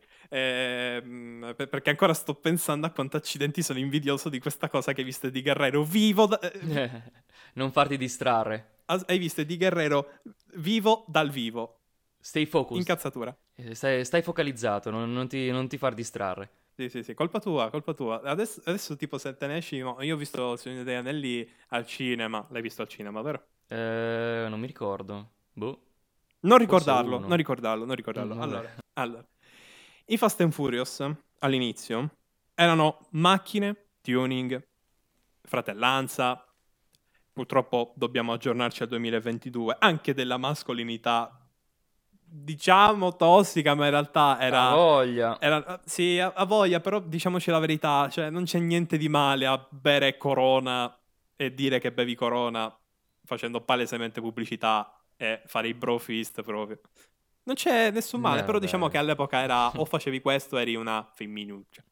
Perché ancora sto pensando a quanto accidenti sono invidioso di questa cosa che hai visto di Guerrero vivo. Non farti distrarre. Hai visto di Guerrero vivo dal vivo. Stay focused. Incazzatura. Stai focalizzato, non ti far distrarre. Sì, sì, sì, colpa tua, colpa tua. Adesso tipo se te ne esci, no, io ho visto Il Signore degli Anelli al cinema. L'hai visto al cinema, vero? Non mi ricordo. Boh, Non forse ricordarlo, non uno. ricordarlo, non ricordarlo. Vabbè. Allora, i Fast and Furious all'inizio erano macchine, tuning, fratellanza. Purtroppo dobbiamo aggiornarci al 2022, anche della mascolinità, diciamo tossica, ma in realtà Ha voglia. sì, ha voglia, però diciamoci la verità, cioè non c'è niente di male a bere Corona e dire che bevi Corona facendo palesemente pubblicità e fare i bro fist proprio. Non c'è nessun male, però diciamo che Vabbè. all'epoca era o facevi questo o eri una femminuccia.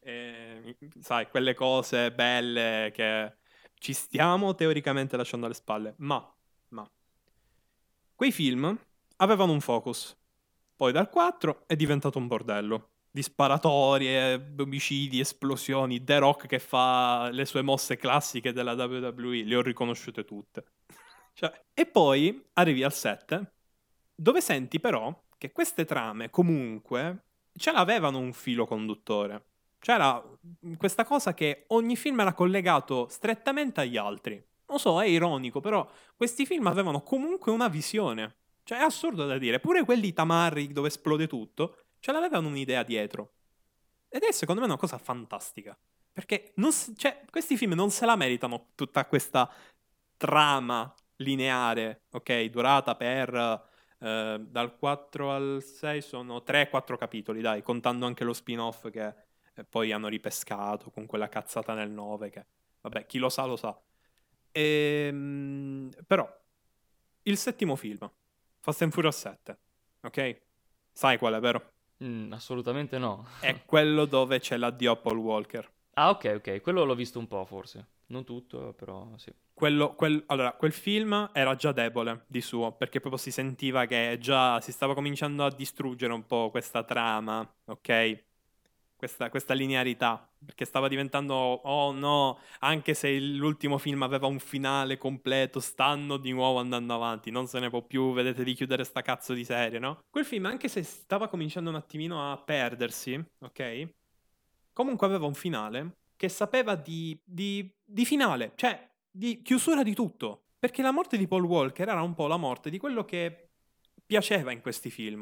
Sai, quelle cose belle che ci stiamo teoricamente lasciando alle spalle, ma quei film avevano un focus. Poi dal 4 è diventato un bordello. Di sparatorie, omicidi, esplosioni. The Rock che fa le sue mosse classiche della WWE, le ho riconosciute tutte. Cioè, e poi arrivi al 7, dove senti però che queste trame comunque ce l'avevano un filo conduttore. C'era questa cosa che ogni film era collegato strettamente agli altri. Non so, è ironico, però questi film avevano comunque una visione. Cioè, è assurdo da dire. Pure quelli tamarri dove esplode tutto, ce l'avevano un'idea dietro. Ed è secondo me una cosa fantastica. Perché cioè, questi film non se la meritano tutta questa trama lineare, ok? Durata per dal 4 al 6 sono 3-4 capitoli, dai, contando anche lo spin-off che poi hanno ripescato con quella cazzata nel 9 che, vabbè, chi lo sa lo sa. Però, il settimo film, Fast and Furious 7, ok? Sai qual è, vero? Assolutamente no. È quello dove c'è l'addio a Paul Walker. Ah, ok, quello l'ho visto un po' forse. Non tutto, però sì. Allora, quel film era già debole di suo, perché proprio si sentiva che già si stava cominciando a distruggere un po' questa trama, ok? Questa linearità, perché stava diventando, oh no, anche se l'ultimo film aveva un finale completo, stanno di nuovo andando avanti, non se ne può più, vedete di chiudere sta cazzo di serie, no? Quel film, anche se stava cominciando un attimino a perdersi, ok? Comunque aveva un finale che sapeva di finale, cioè di chiusura di tutto. Perché la morte di Paul Walker era un po' la morte di quello che piaceva in questi film.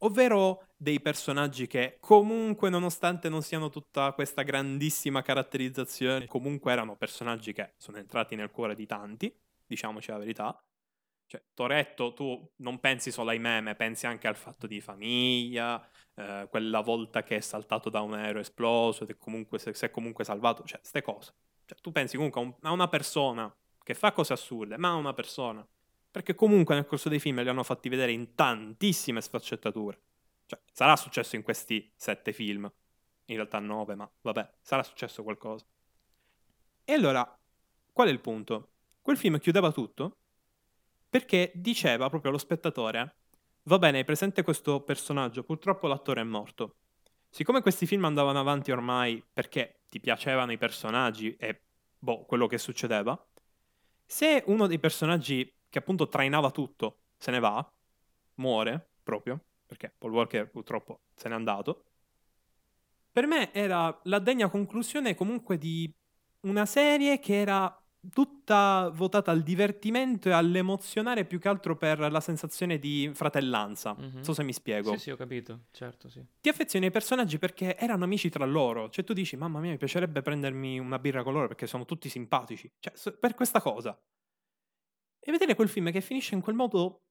ovvero dei personaggi che comunque, nonostante non siano tutta questa grandissima caratterizzazione, comunque erano personaggi che sono entrati nel cuore di tanti, diciamoci la verità. Cioè, Toretto, tu non pensi solo ai meme, pensi anche al fatto di famiglia, quella volta che è saltato da un aereo esploso ed è comunque, si è comunque salvato, cioè, ste cose. Cioè, tu pensi comunque a una persona che fa cose assurde, ma a una persona. Perché comunque nel corso dei film li hanno fatti vedere in tantissime sfaccettature. Cioè, sarà successo in questi 7 film, in realtà 9, ma vabbè, sarà successo qualcosa. E allora, qual è il punto? Quel film chiudeva tutto perché diceva proprio allo spettatore: va bene, hai presente questo personaggio, purtroppo l'attore è morto. Siccome questi film andavano avanti ormai perché ti piacevano i personaggi e boh, quello che succedeva, se uno dei personaggi che appunto trainava tutto se ne va, muore proprio, perché Paul Walker purtroppo se n'è andato, per me era la degna conclusione comunque di una serie che era tutta votata al divertimento e all'emozionare più che altro per la sensazione di fratellanza. Non so Mhm. se mi Sì, spiego. sì, ho capito, certo, sì. Ti affezioni ai personaggi perché erano amici tra loro. Cioè tu dici, mamma mia, mi piacerebbe prendermi una birra con loro perché sono tutti simpatici. Cioè, per questa cosa. E vedere quel film che finisce in quel modo,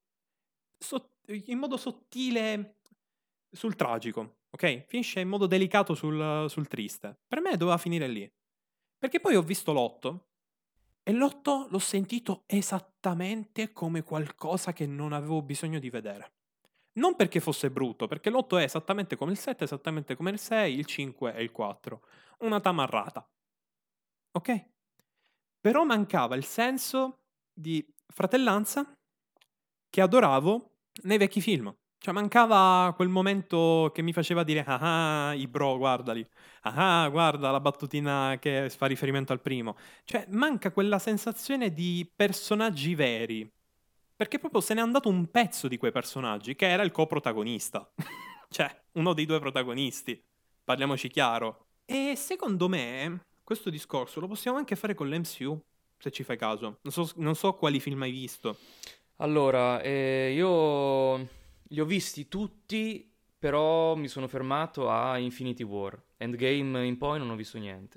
in modo sottile sul tragico, ok? Finisce in modo delicato sul triste. Per me doveva finire lì. Perché poi ho visto l'otto e l'otto l'ho sentito esattamente come qualcosa che non avevo bisogno di vedere. Non perché fosse brutto, perché l'8 è esattamente come il 7, esattamente come il 6, il 5 e il 4. Una tamarrata, ok? Però mancava il senso di fratellanza che adoravo nei vecchi film. Cioè mancava quel momento che mi faceva dire ah, i bro, guardali. Ah, guarda la battutina che fa riferimento al primo. Cioè manca quella sensazione di personaggi veri. Perché proprio se n'è andato un pezzo di quei personaggi, che era il coprotagonista. Cioè, uno dei due protagonisti. Parliamoci chiaro. E secondo me, questo discorso lo possiamo anche fare con l'MCU, se ci fai caso. Non so quali film hai visto. Allora, io li ho visti tutti, però mi sono fermato a Infinity War. Endgame in poi non ho visto niente.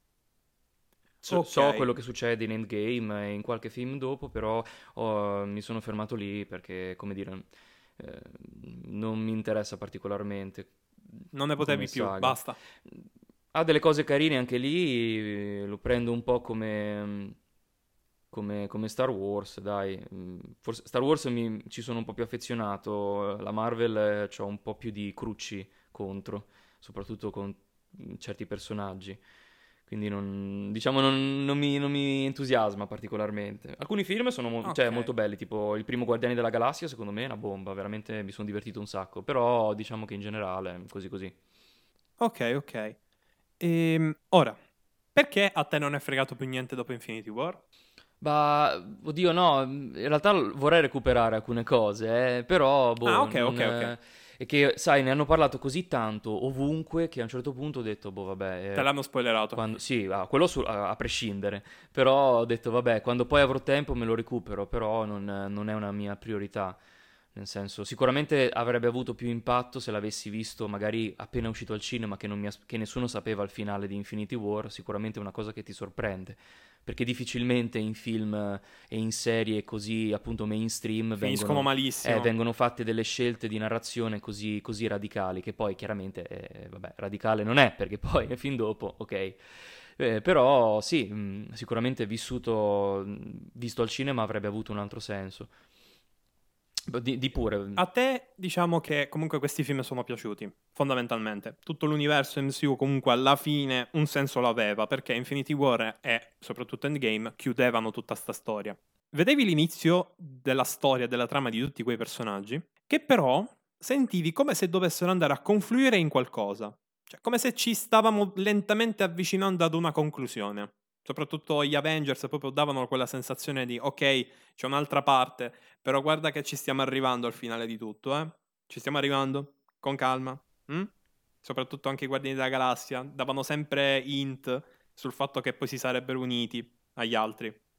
Ok, So quello che succede in Endgame e in qualche film dopo, però mi sono fermato lì perché, come dire, eh, non mi interessa particolarmente non ne come potevi più, saga. basta. Ha delle cose carine anche lì, lo prendo un po' come Star Wars, dai. Forse Star Wars ci sono un po' più affezionato, la Marvel c'ho un po' più di crucci contro, soprattutto con certi personaggi. Quindi diciamo, non mi entusiasma particolarmente. Alcuni film sono cioè, Ok, molto belli, tipo il primo Guardiani della Galassia, secondo me è una bomba, veramente mi sono divertito un sacco. Però diciamo che in generale, così così. ok, ok. Ora, perché a te non è fregato più niente dopo Infinity War? Ma, oddio, no, in realtà vorrei recuperare alcune cose, però, Ah, boh, ok, ok, ok. è che, sai, ne hanno parlato così tanto, ovunque, che a un certo punto ho detto, boh, vabbè, Te l'hanno spoilerato. sì, quello a prescindere, però ho detto, vabbè, quando poi avrò tempo me lo recupero, però non è una mia priorità. Nel senso, sicuramente avrebbe avuto più impatto se l'avessi visto magari appena uscito al cinema, che nessuno sapeva il finale di Infinity War, sicuramente è una cosa che ti sorprende, perché difficilmente in film e in serie così appunto mainstream Finiscono malissimo. vengono fatte delle scelte di narrazione così radicali, che poi chiaramente, vabbè, radicale non è, perché poi è fin dopo, ok. Però sì, sicuramente visto al cinema avrebbe avuto un altro senso. Di pure. A te diciamo che comunque questi film sono piaciuti, fondamentalmente. Tutto l'universo MCU comunque alla fine un senso l'aveva, perché Infinity War e soprattutto Endgame chiudevano tutta sta storia. Vedevi l'inizio della storia, della trama di tutti quei personaggi, che però sentivi come se dovessero andare a confluire in qualcosa. Cioè, come se ci stavamo lentamente avvicinando ad una conclusione. Soprattutto gli Avengers proprio davano quella sensazione di ok, c'è un'altra parte, però guarda che ci stiamo arrivando al finale di tutto, eh? Ci stiamo arrivando, con calma. Mm? Soprattutto anche i Guardiani della Galassia davano sempre hint sul fatto che poi si sarebbero uniti agli altri.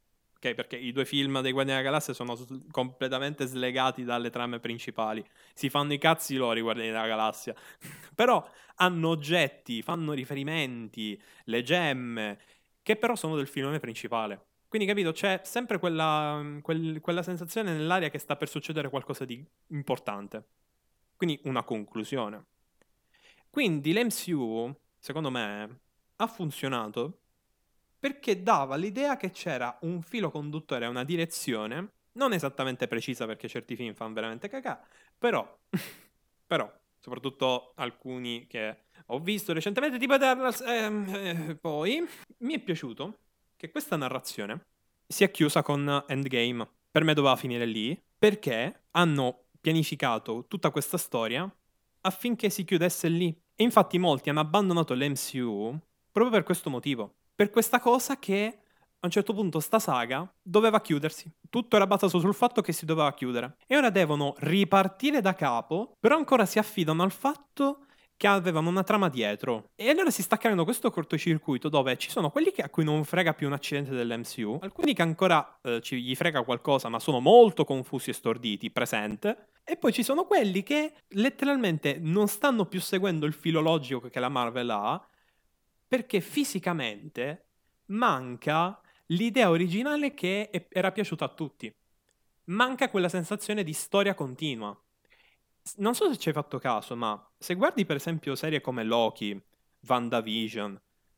ok? Perché i due film dei Guardiani della Galassia sono completamente slegati dalle trame principali. Si fanno i cazzi loro i Guardiani della Galassia. Però hanno oggetti, fanno riferimenti, le gemme, che però sono del filone principale. Quindi, capito, c'è sempre quella sensazione nell'aria che sta per succedere qualcosa di importante. Quindi una conclusione. Quindi l'MCU, secondo me, ha funzionato perché dava l'idea che c'era un filo conduttore, una direzione, non esattamente precisa perché certi film fanno veramente cacà, però, però, soprattutto alcuni che ho visto recentemente, tipo Eternals, poi mi è piaciuto che questa narrazione si è chiusa con Endgame. Per me doveva finire lì, perché hanno pianificato tutta questa storia affinché si chiudesse lì. E infatti molti hanno abbandonato l'MCU proprio per questo motivo. Per questa cosa che a un certo punto sta saga doveva chiudersi. Tutto era basato sul fatto che si doveva chiudere. E ora devono ripartire da capo, però ancora si affidano al fatto che avevano una trama dietro. E allora si sta creando questo cortocircuito dove ci sono quelli a cui non frega più un accidente dell'MCU, alcuni che ancora gli frega qualcosa ma sono molto confusi e storditi, presente, e poi ci sono quelli che letteralmente non stanno più seguendo il filo logico che la Marvel ha, perché fisicamente manca l'idea originale che era piaciuta a tutti. Manca quella sensazione di storia continua. Non so se ci hai fatto caso, ma se guardi per esempio serie come Loki, WandaVision,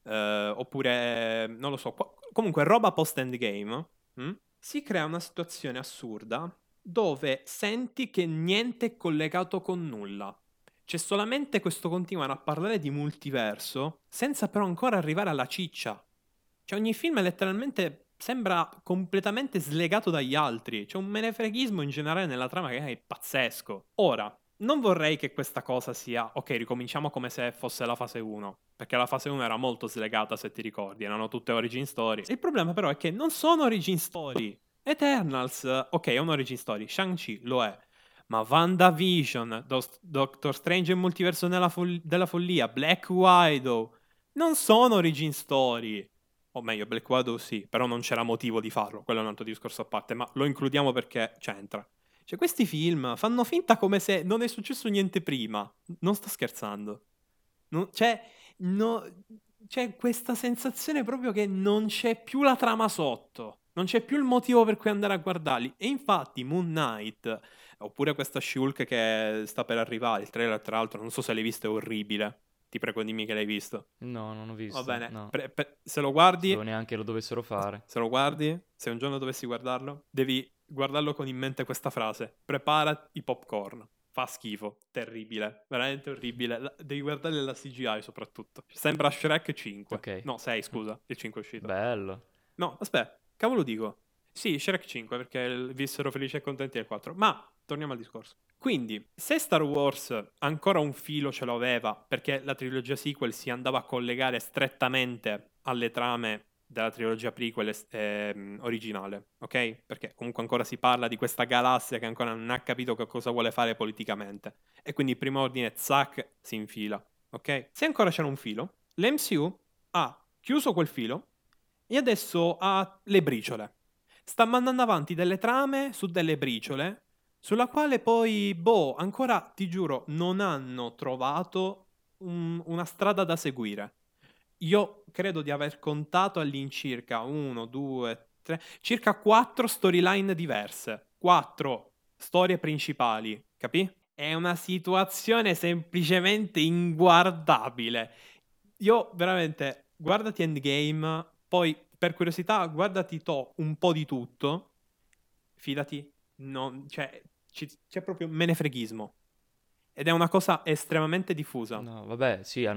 oppure, non lo so, comunque roba post-endgame, si crea una situazione assurda dove senti che niente è collegato con nulla. C'è solamente questo continuare a parlare di multiverso senza però ancora arrivare alla ciccia. Cioè ogni film letteralmente sembra completamente slegato dagli altri. C'è un menefreghismo in generale nella trama che è pazzesco. Ora, non vorrei che questa cosa sia, ok, ricominciamo come se fosse la fase 1, perché la fase 1 era molto slegata, se ti ricordi, erano tutte origin story. Il problema però è che non sono origin story. Eternals, ok, è un origin story, Shang-Chi lo è, ma WandaVision, Doctor Strange e il multiverso della follia, Black Widow, non sono origin story. O meglio, Black Widow sì, però non c'era motivo di farlo, quello è un altro discorso a parte, ma lo includiamo perché c'entra. Cioè, questi film fanno finta come se non è successo niente prima. Non sto scherzando. Cioè, no- c'è questa sensazione proprio che non c'è più la trama sotto. Non c'è più il motivo per cui andare a guardarli. E infatti Moon Knight, oppure questa Shulk che sta per arrivare, il trailer tra l'altro, non so se l'hai visto, è orribile. Ti prego, dimmi che l'hai visto. No, non ho Va visto, bene, no. se lo guardi, Sapevo neanche lo dovessero fare. se lo guardi, se un giorno dovessi guardarlo, devi guardarlo con in mente questa frase: prepara i popcorn. Fa schifo, terribile, veramente orribile. Devi guardare la CGI soprattutto. Sembra Shrek 5. Ok. No, 6, scusa, il 5 è uscito. Bello. No, aspetta, cavolo dico. Sì, Shrek 5 perché vissero felici e contenti del 4. Ma torniamo al discorso. Quindi, se Star Wars ancora un filo ce lo aveva, perché la trilogia sequel si andava a collegare strettamente alle trame della trilogia prequel originale, ok? Perché comunque ancora si parla di questa galassia che ancora non ha capito che cosa vuole fare politicamente. E quindi il primo ordine, zac, si infila, ok? Se ancora c'era un filo, l'MCU ha chiuso quel filo e adesso ha le briciole. Sta mandando avanti delle trame su delle briciole, sulla quale poi, boh, ancora ti giuro, non hanno trovato una strada da seguire. Io credo di aver contato all'incirca 1, 2, 3, circa 4 storyline diverse. 4 storie principali, capì? È una situazione semplicemente inguardabile. Io veramente, guardati Endgame, poi per curiosità guardati un po' di tutto, fidati, cioè, c'è proprio menefreghismo. Ed è una cosa estremamente diffusa. No, vabbè, sì,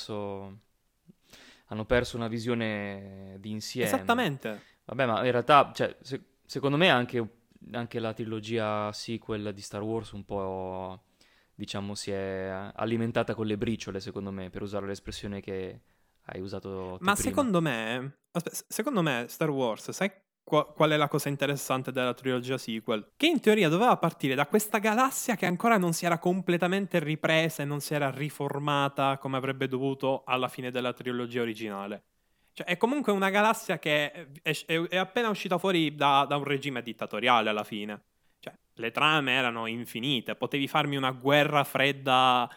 hanno perso una visione di insieme. Esattamente. Vabbè, ma in realtà, cioè, secondo me anche la trilogia sequel di Star Wars un po', diciamo, si è alimentata con le briciole, secondo me, per usare l'espressione che hai usato tu Ma prima. secondo me Star Wars, sai qual è la cosa interessante della trilogia sequel? Che in teoria doveva partire da questa galassia che ancora non si era completamente ripresa e non si era riformata come avrebbe dovuto alla fine della trilogia originale. Cioè, è comunque una galassia che è appena uscita fuori da un regime dittatoriale alla fine. Cioè, le trame erano infinite. Potevi farmi una guerra fredda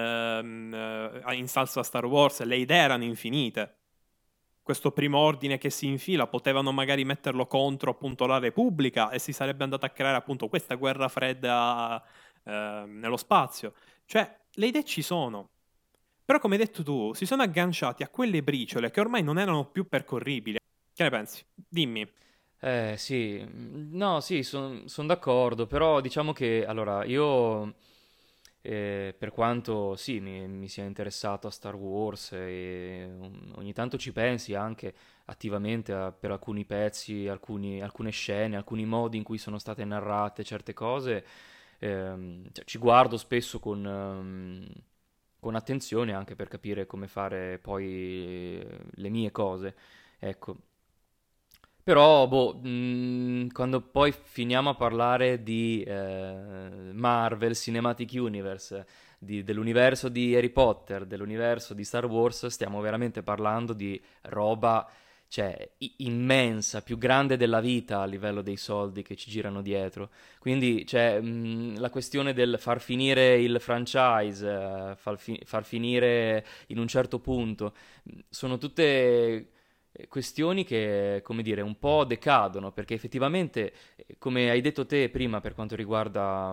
in salsa Star Wars. Le idee erano infinite. Questo primo ordine che si infila, potevano magari metterlo contro appunto la Repubblica e si sarebbe andata a creare appunto questa guerra fredda nello spazio. Cioè, le idee ci sono. Però, come hai detto tu, si sono agganciati a quelle briciole che ormai non erano più percorribili. Che ne pensi? Dimmi. Sì, no, sì, sono d'accordo, però diciamo che, allora, io, per quanto sì, mi sia interessato a Star Wars e ogni tanto ci pensi anche attivamente per alcuni pezzi, alcune scene, alcuni modi in cui sono state narrate certe cose, cioè, ci guardo spesso con attenzione anche per capire come fare poi le mie cose, ecco. Però, boh, quando poi finiamo a parlare di Marvel Cinematic Universe, dell'universo di Harry Potter, dell'universo di Star Wars, stiamo veramente parlando di roba, cioè, immensa, più grande della vita a livello dei soldi che ci girano dietro. Quindi, cioè, la questione del far finire il franchise, far finire in un certo punto, sono tutte questioni che, come dire, un po' decadono, perché effettivamente, come hai detto te prima per quanto riguarda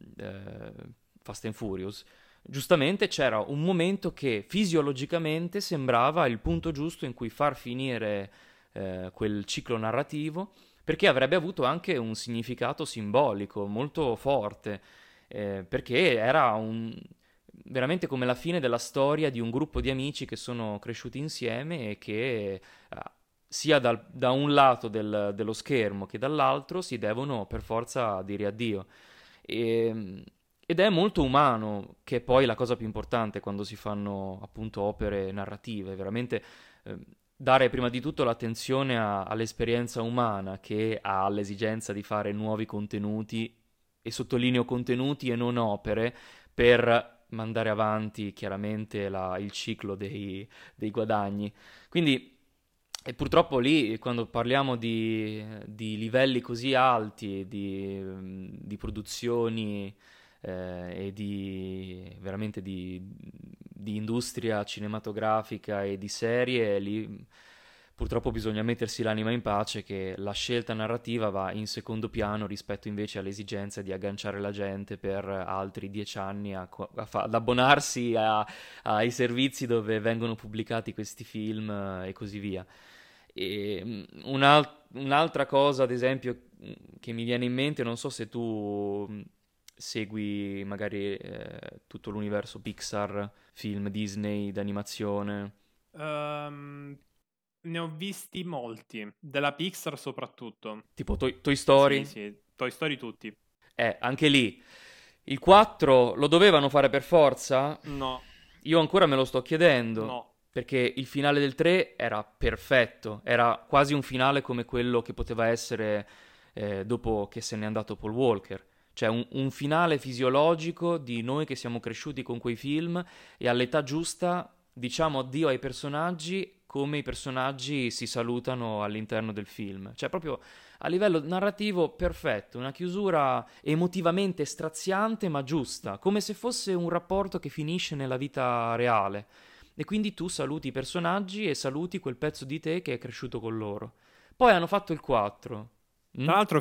Fast and Furious, giustamente c'era un momento che fisiologicamente sembrava il punto giusto in cui far finire quel ciclo narrativo, perché avrebbe avuto anche un significato simbolico molto forte, perché era veramente come la fine della storia di un gruppo di amici che sono cresciuti insieme e che sia da un lato dello schermo che dall'altro si devono per forza dire addio. E- ed è molto umano, che è poi la cosa più importante quando si fanno appunto opere narrative, veramente dare prima di tutto l'attenzione all'esperienza umana che ha l'esigenza di fare nuovi contenuti, e sottolineo contenuti e non opere, per mandare avanti chiaramente il ciclo dei guadagni. Quindi, e purtroppo lì, quando parliamo di livelli così alti di produzioni e veramente di industria cinematografica e di serie, lì purtroppo bisogna mettersi l'anima in pace che la scelta narrativa va in secondo piano rispetto invece all'esigenza di agganciare la gente per altri 10 anni ad abbonarsi ai servizi dove vengono pubblicati questi film e così via. E un'altra cosa, ad esempio, che mi viene in mente, non so se tu segui magari tutto l'universo Pixar, film Disney d'animazione. Ehm, Ne ho visti molti, della Pixar soprattutto. Tipo Toy Sì, Story. sì, Toy Story tutti. Anche lì. Il 4 lo dovevano fare per forza? No, Io ancora me lo sto chiedendo, no. perché il finale del 3 era perfetto, era quasi un finale come quello che poteva essere dopo che se n'è andato Paul Walker. Cioè un finale fisiologico di noi che siamo cresciuti con quei film e all'età giusta diciamo addio ai personaggi come i personaggi si salutano all'interno del film. Cioè proprio a livello narrativo perfetto, una chiusura emotivamente straziante ma giusta, come se fosse un rapporto che finisce nella vita reale. E quindi tu saluti i personaggi e saluti quel pezzo di te che è cresciuto con loro. Poi hanno fatto il 4. Tra l'altro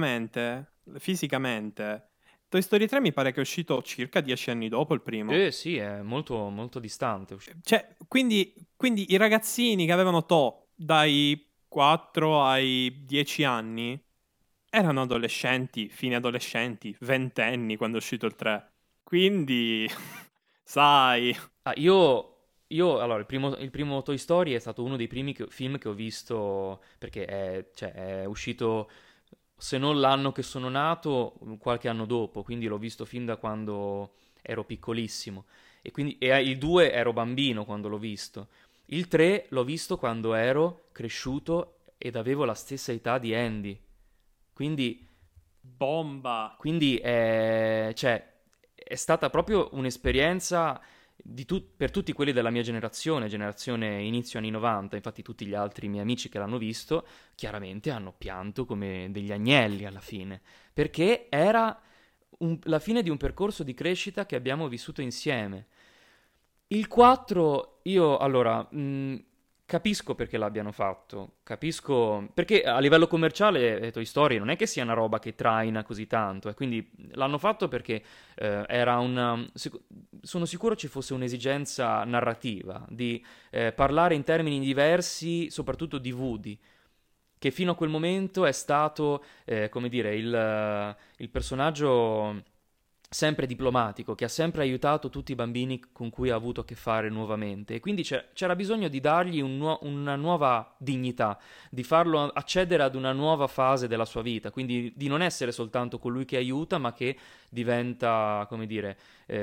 fisicamente, Toy Story 3 mi pare che è uscito circa 10 anni dopo il primo. Sì, è molto, molto distante. Cioè, quindi i ragazzini che avevano dai 4 ai 10 anni erano adolescenti, fine adolescenti, ventenni quando è uscito il 3. Quindi, sai, Ah, allora, il primo Toy Story è stato uno dei primi film che ho visto perché cioè, è uscito, se non l'anno che sono nato, qualche anno dopo, quindi l'ho visto fin da quando ero piccolissimo. E il 2 ero bambino quando l'ho visto. Il 3 l'ho visto quando ero cresciuto ed avevo la stessa età di Andy. Quindi bomba. cioè, è stata proprio un'esperienza per tutti quelli della mia generazione inizio anni 90, infatti tutti gli altri miei amici che l'hanno visto, chiaramente hanno pianto come degli agnelli alla fine, perché era la fine di un percorso di crescita che abbiamo vissuto insieme. Il 4, io allora, capisco perché l'abbiano fatto, capisco perché a livello commerciale Toy Story non è che sia una roba che traina così tanto, e quindi l'hanno fatto perché era sono sicuro ci fosse un'esigenza narrativa di parlare in termini diversi, soprattutto di Woody, che fino a quel momento è stato, come dire, il personaggio sempre diplomatico, che ha sempre aiutato tutti i bambini con cui ha avuto a che fare nuovamente. E quindi c'era bisogno di dargli una nuova dignità, di farlo accedere ad una nuova fase della sua vita, quindi di non essere soltanto colui che aiuta, ma che diventa, come dire,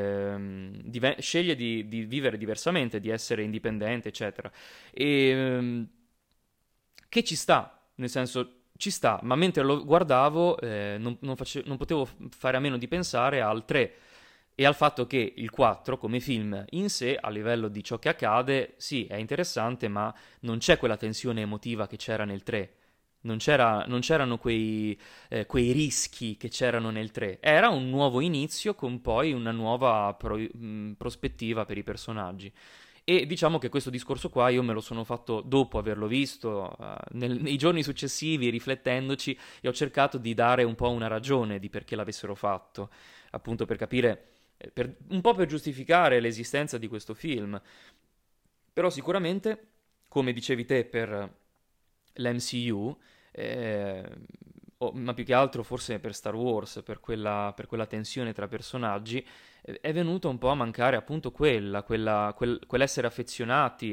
sceglie di vivere diversamente, di essere indipendente, eccetera. E che ci sta, nel senso ci sta, ma mentre lo guardavo non potevo fare a meno di pensare al 3 e al fatto che il 4 come film in sé, a livello di ciò che accade, sì, è interessante, ma non c'è quella tensione emotiva che c'era nel 3. Non c'erano quei rischi che c'erano nel 3. Era un nuovo inizio con poi una nuova prospettiva per i personaggi. E diciamo che questo discorso qua io me lo sono fatto dopo averlo visto, nei giorni successivi, riflettendoci, e ho cercato di dare un po' una ragione di perché l'avessero fatto, appunto per capire, un po' per giustificare l'esistenza di questo film. Però sicuramente, come dicevi te per l'MCU, ma più che altro forse per Star Wars, per quella tensione tra personaggi, è venuto un po' a mancare appunto quell'essere affezionati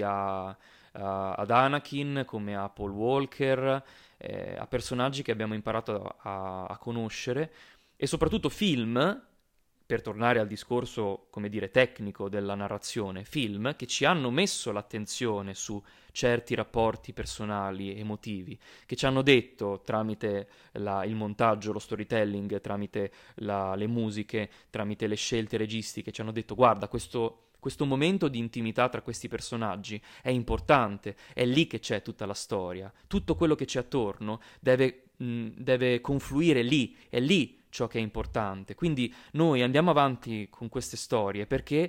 ad Anakin come a Paul Walker, a personaggi che abbiamo imparato a conoscere, e soprattutto film, per tornare al discorso, come dire, tecnico della narrazione, film che ci hanno messo l'attenzione su certi rapporti personali, emotivi, che ci hanno detto tramite il montaggio, lo storytelling, tramite le musiche, tramite le scelte registiche, ci hanno detto guarda, questo momento di intimità tra questi personaggi è importante, è lì che c'è tutta la storia, tutto quello che c'è attorno deve confluire lì, è lì ciò che è importante. Quindi noi andiamo avanti con queste storie perché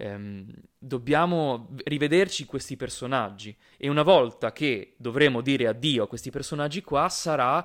dobbiamo rivederci questi personaggi, e una volta che dovremo dire addio a questi personaggi qua sarà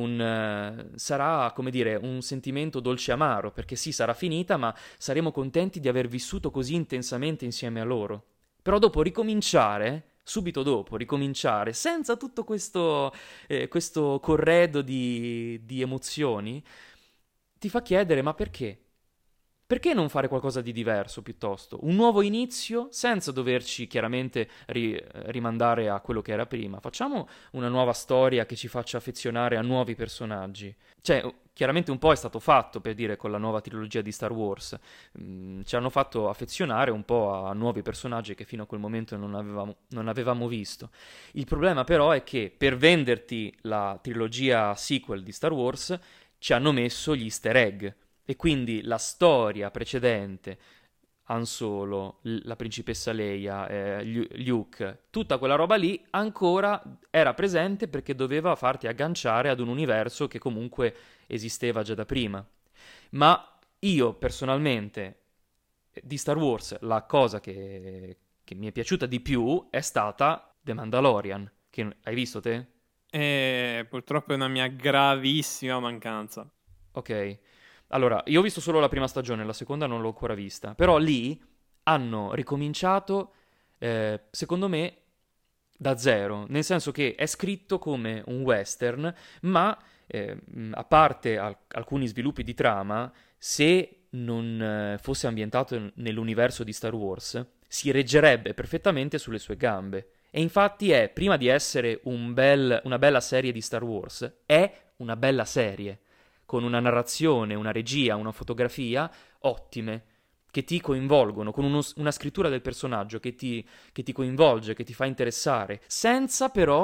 come dire, un sentimento dolce amaro, perché sì, sarà finita, ma saremo contenti di aver vissuto così intensamente insieme a loro. Però dopo ricominciare, subito dopo ricominciare, senza tutto questo corredo di emozioni, ti fa chiedere ma perché? Perché non fare qualcosa di diverso piuttosto? Un nuovo inizio senza doverci chiaramente rimandare a quello che era prima. Facciamo una nuova storia che ci faccia affezionare a nuovi personaggi. Cioè, chiaramente un po' è stato fatto, per dire, con la nuova trilogia di Star Wars. Ci hanno fatto affezionare un po' a nuovi personaggi che fino a quel momento non avevamo visto. Il problema però è che per venderti la trilogia sequel di Star Wars ci hanno messo gli easter egg, e quindi la storia precedente, Han Solo, la principessa Leia, Luke, tutta quella roba lì ancora era presente perché doveva farti agganciare ad un universo che comunque esisteva già da prima. Ma io personalmente di Star Wars la cosa che mi è piaciuta di più è stata The Mandalorian, che hai visto te? E purtroppo è una mia gravissima mancanza. Ok, allora, io ho visto solo la prima stagione, la seconda non l'ho ancora vista, però lì hanno ricominciato, secondo me, da zero, nel senso che è scritto come un western, ma a parte alcuni sviluppi di trama, se non fosse ambientato nell'universo di Star Wars, si reggerebbe perfettamente sulle sue gambe. E infatti è, prima di essere una bella serie di Star Wars, è una bella serie, con una narrazione, una regia, una fotografia ottime, che ti coinvolgono, con una scrittura del personaggio che ti coinvolge, che ti fa interessare, senza però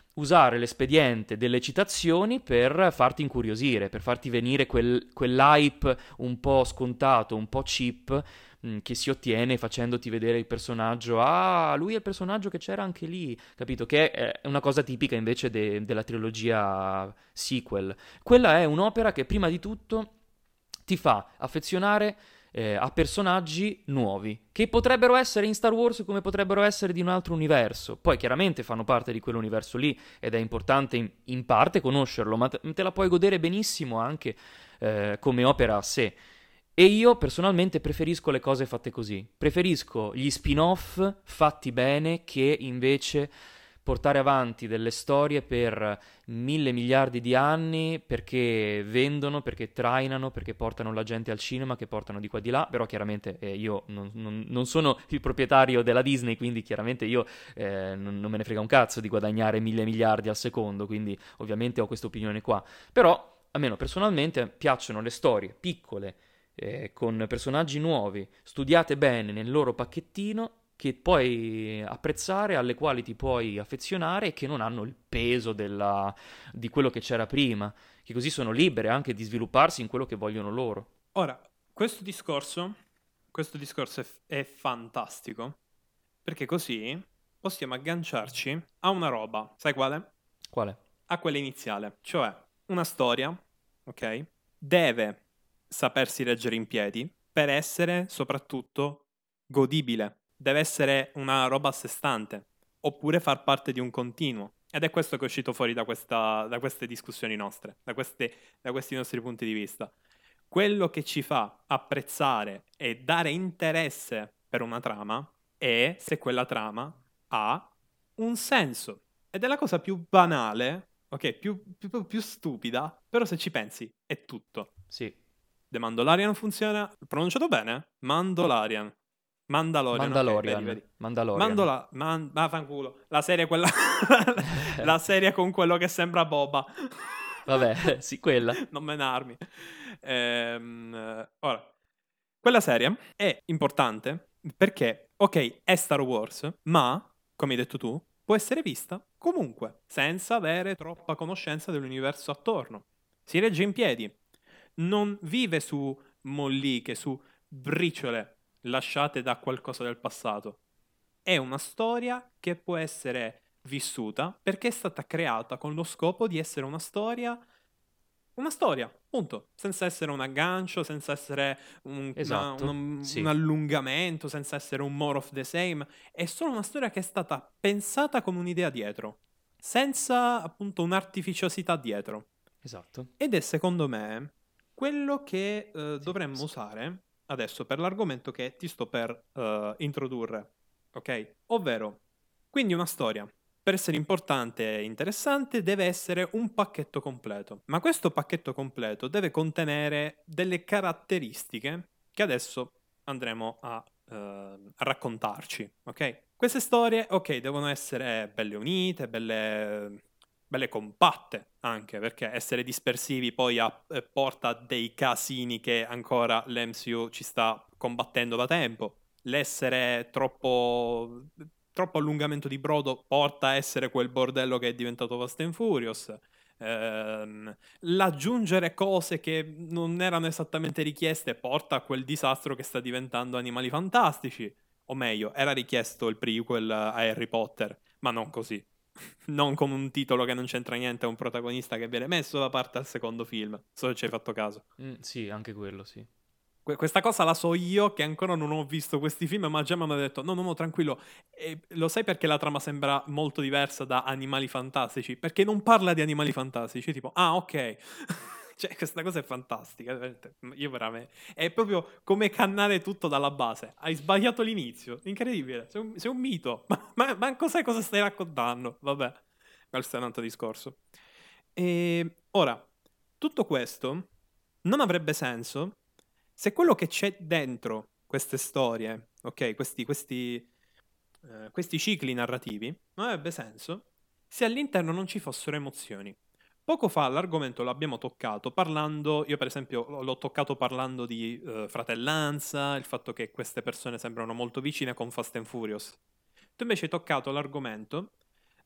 usare l'espediente delle citazioni per farti incuriosire, per farti venire quell'hype un po' scontato, un po' cheap, che si ottiene facendoti vedere il personaggio. Ah, lui è il personaggio che c'era anche lì, capito? Che è una cosa tipica invece della trilogia sequel. Quella è un'opera che prima di tutto ti fa affezionare a personaggi nuovi, che potrebbero essere in Star Wars come potrebbero essere di un altro universo. Poi chiaramente fanno parte di quell'universo lì ed è importante in parte conoscerlo, ma te la puoi godere benissimo anche come opera a sé. E io personalmente preferisco le cose fatte così. Preferisco gli spin-off fatti bene che invece portare avanti delle storie per mille miliardi di anni perché vendono, perché trainano, perché portano la gente al cinema, che portano di qua e di là. Però chiaramente io non sono il proprietario della Disney, quindi chiaramente io non me ne frega un cazzo di guadagnare mille miliardi al secondo, quindi ovviamente ho questa opinione qua. Però, almeno personalmente, piacciono le storie piccole, con personaggi nuovi, studiate bene nel loro pacchettino, che puoi apprezzare, alle quali ti puoi affezionare e che non hanno il peso di quello che c'era prima, che così sono libere anche di svilupparsi in quello che vogliono loro. Ora, questo discorso è fantastico, perché così possiamo agganciarci a una roba, sai quale? Quale? A quella iniziale, cioè una storia, ok? Deve sapersi reggere in piedi per essere soprattutto godibile. Deve essere una roba a sé stante, oppure far parte di un continuo. Ed è questo che è uscito fuori da queste discussioni nostre, da questi nostri punti di vista. Quello che ci fa apprezzare e dare interesse per una trama è se quella trama ha un senso. Ed è la cosa più banale, ok, più stupida, però se ci pensi è tutto. Sì. The Mandalorian funziona, pronunciato bene? Mandalorian. Mandalorian, ok, vedi, Mandalorian. vedi. Mandalorian. Fanculo. La serie quella la serie con quello che sembra Boba. Vabbè, sì, quella. Non menarmi. Ora, quella serie è importante perché, ok, è Star Wars, ma, come hai detto tu, può essere vista comunque, senza avere troppa conoscenza dell'universo attorno. Si regge in piedi, non vive su molliche, su briciole lasciate da qualcosa del passato. È una storia che può essere vissuta perché è stata creata con lo scopo di essere una storia, punto, senza essere un aggancio, senza essere Esatto, un sì, allungamento, senza essere un more of the same. È solo una storia che è stata pensata con un'idea dietro, senza appunto un'artificiosità dietro. esatto. Ed è secondo me quello che Sì, dovremmo usare adesso per l'argomento che ti sto per introdurre, ok? Ovvero, quindi una storia, per essere importante e interessante, deve essere un pacchetto completo. Ma questo pacchetto completo deve contenere delle caratteristiche che adesso andremo a raccontarci, ok? Queste storie, ok, devono essere belle unite, belle compatte anche, perché essere dispersivi poi porta a dei casini che ancora l'MCU ci sta combattendo da tempo. L'essere troppo allungamento di brodo porta a essere quel bordello che è diventato Fast and Furious. L'aggiungere cose che non erano esattamente richieste porta a quel disastro che sta diventando Animali Fantastici. O meglio, era richiesto il prequel a Harry Potter, ma non così. Non con un titolo che non c'entra niente, è un protagonista che viene messo da parte al secondo film. So se ci hai fatto caso. Sì, anche quello, sì. Questa cosa la so io che ancora non ho visto questi film, ma già mi hanno detto: no, no, no, tranquillo. E lo sai perché la trama sembra molto diversa da Animali Fantastici? Perché non parla di animali fantastici. Tipo, ah, ok. Cioè, questa cosa è fantastica. Veramente. Io veramente. È proprio come cannare tutto dalla base. Hai sbagliato l'inizio. Incredibile. Sei un mito. Ma cos'è cosa stai raccontando? Vabbè, questo è un altro discorso. E ora, tutto questo non avrebbe senso se quello che c'è dentro queste storie, ok, questi cicli narrativi, non avrebbe senso se all'interno non ci fossero emozioni. Poco fa l'argomento l'abbiamo toccato parlando, io per esempio l'ho toccato parlando di fratellanza, il fatto che queste persone sembrano molto vicine con Fast and Furious. Tu invece hai toccato l'argomento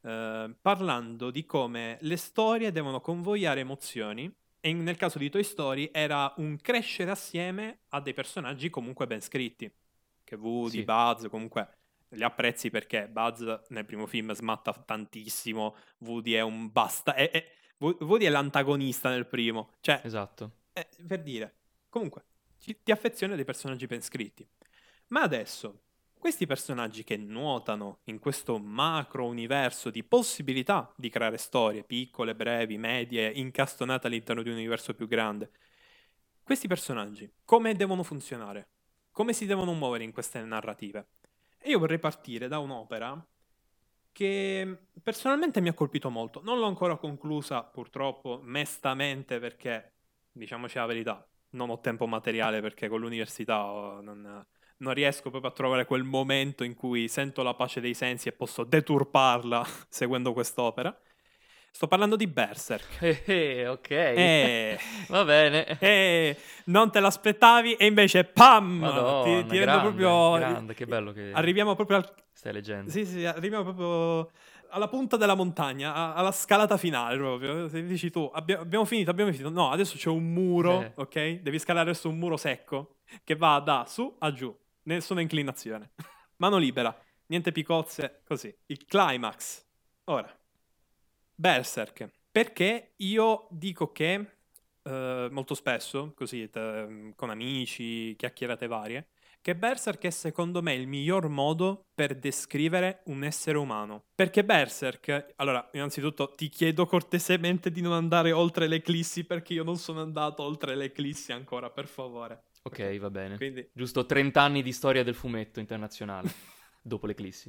parlando di come le storie devono convogliare emozioni e nel caso di Toy Story era un crescere assieme a dei personaggi comunque ben scritti, che Woody, Sì, Buzz, comunque li apprezzi perché Buzz nel primo film smatta tantissimo, Woody è un basta... Woody è l'antagonista nel primo, cioè, esatto. per dire, comunque, ti affezioni a dei personaggi ben scritti. Ma adesso, questi personaggi che nuotano in questo macro universo di possibilità di creare storie piccole, brevi, medie, incastonate all'interno di un universo più grande, questi personaggi come devono funzionare? Come si devono muovere in queste narrative? E io vorrei partire da un'opera che personalmente mi ha colpito molto. Non l'ho ancora conclusa, purtroppo, mestamente, perché, diciamoci la verità, non ho tempo materiale perché con l'università non riesco proprio a trovare quel momento in cui sento la pace dei sensi e posso deturparla seguendo quest'opera. Sto parlando di Berserk. Ok. E... Va bene. non te l'aspettavi e invece PAM! Ti Madonna, rendo grande, proprio... grande, che bello che Arriviamo proprio al... stai leggendo. Sì, sì, arriviamo proprio alla punta della montagna, alla scalata finale proprio. Se dici tu, abbiamo finito, abbiamo finito. No, adesso c'è un muro, ok? Devi scalare adesso un muro secco che va da su a giù, nessuna inclinazione. Mano libera, niente picozze, così. Il climax. Ora, Berserk. Perché io dico che molto spesso, così, con amici, chiacchierate varie, che Berserk è secondo me il miglior modo per descrivere un essere umano. Perché Berserk, allora, innanzitutto ti chiedo cortesemente di non andare oltre l'eclissi perché io non sono andato oltre l'eclissi ancora, per favore. Ok, va bene. Quindi... Giusto 30 anni di storia del fumetto internazionale, dopo l'eclissi.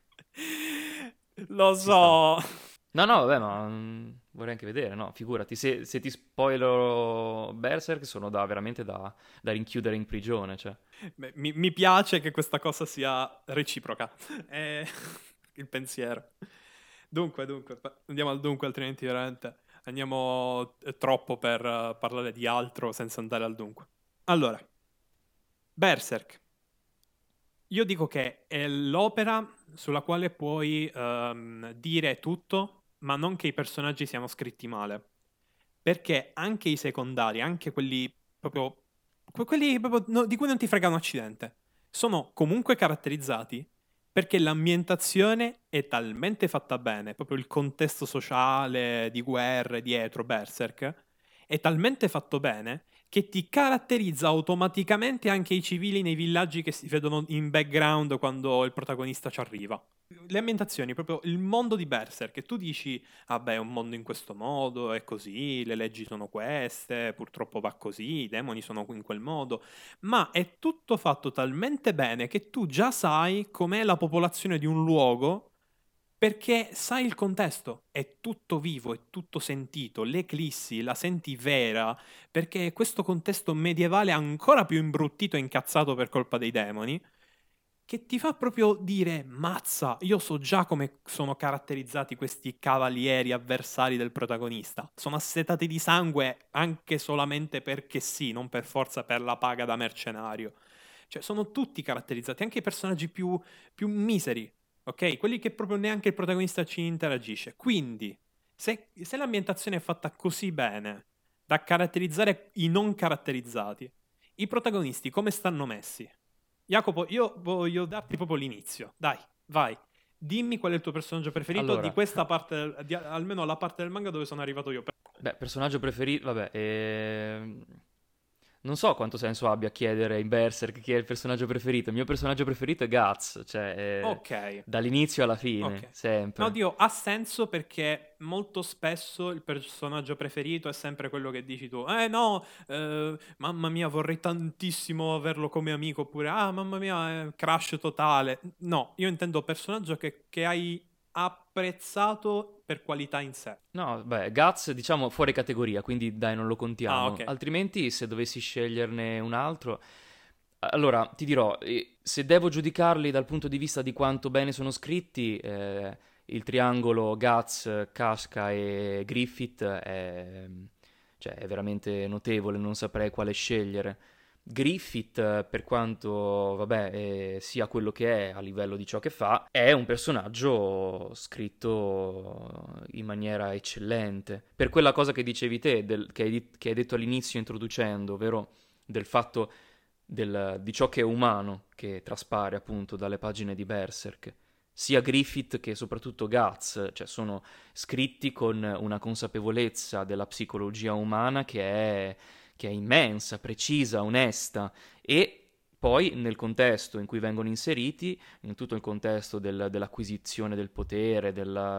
Lo Ci sta. so. No, no, vabbè, ma vorrei anche vedere, no? Figurati, se ti spoilerò Berserk sono veramente da rinchiudere in prigione, cioè. Beh, mi piace che questa cosa sia reciproca. È il pensiero. Dunque, andiamo al dunque, altrimenti veramente andiamo troppo per parlare di altro senza andare al dunque. Allora, Berserk. Io dico che è l'opera sulla quale puoi dire tutto, ma non che i personaggi siano scritti male. Perché anche i secondari, anche quelli proprio, quelli proprio di cui non ti frega un accidente, sono comunque caratterizzati perché l'ambientazione è talmente fatta bene, proprio il contesto sociale di guerre dietro Berserk è talmente fatto bene che ti caratterizza automaticamente anche i civili nei villaggi che si vedono in background quando il protagonista ci arriva. Le ambientazioni, proprio il mondo di Berserk, che tu dici, vabbè, è un mondo in questo modo, è così, le leggi sono queste, purtroppo va così, i demoni sono in quel modo, ma è tutto fatto talmente bene che tu già sai com'è la popolazione di un luogo perché sai il contesto, è tutto vivo, è tutto sentito, l'eclissi la senti vera, perché questo contesto medievale è ancora più imbruttito e incazzato per colpa dei demoni, che ti fa proprio dire, mazza, io so già come sono caratterizzati questi cavalieri avversari del protagonista. Sono assetati di sangue anche solamente perché sì, non per forza per la paga da mercenario. Cioè, sono tutti caratterizzati, anche i personaggi più miseri, ok? Quelli che proprio neanche il protagonista ci interagisce. Quindi, se l'ambientazione è fatta così bene da caratterizzare i non caratterizzati, i protagonisti come stanno messi? Jacopo, io voglio darti proprio l'inizio. Dai, vai. Dimmi qual è il tuo personaggio preferito di Allora, questa parte, almeno la parte del manga dove sono arrivato io. beh, personaggio preferito, vabbè, non so quanto senso abbia chiedere in Berserk chi è il personaggio preferito. Il mio personaggio preferito è Guts, cioè Ok, dall'inizio alla fine, ok. No, sempre. Dio, ha senso perché molto spesso il personaggio preferito è sempre quello che dici tu. No, mamma mia, vorrei tantissimo averlo come amico, oppure, ah, mamma mia, crush totale. No, io intendo personaggio che hai apprezzato per qualità in sé. No, beh, Guts diciamo fuori categoria, quindi dai, non lo Ah, contiamo. ok. Altrimenti, se dovessi sceglierne un altro, allora ti dirò, se devo giudicarli dal punto di vista di quanto bene sono scritti, il triangolo Guts, Casca e Griffith cioè, è veramente notevole, non saprei quale scegliere. Griffith, per quanto, vabbè, sia quello che è a livello di ciò che fa, è un personaggio scritto in maniera eccellente. Per quella cosa che dicevi te, che hai detto all'inizio introducendo, ovvero del fatto di ciò che è umano, che traspare appunto dalle pagine di Berserk. Sia Griffith che soprattutto Guts, cioè sono scritti con una consapevolezza della psicologia umana che è immensa, precisa, onesta e poi nel contesto in cui vengono inseriti, in tutto il contesto dell'acquisizione del potere,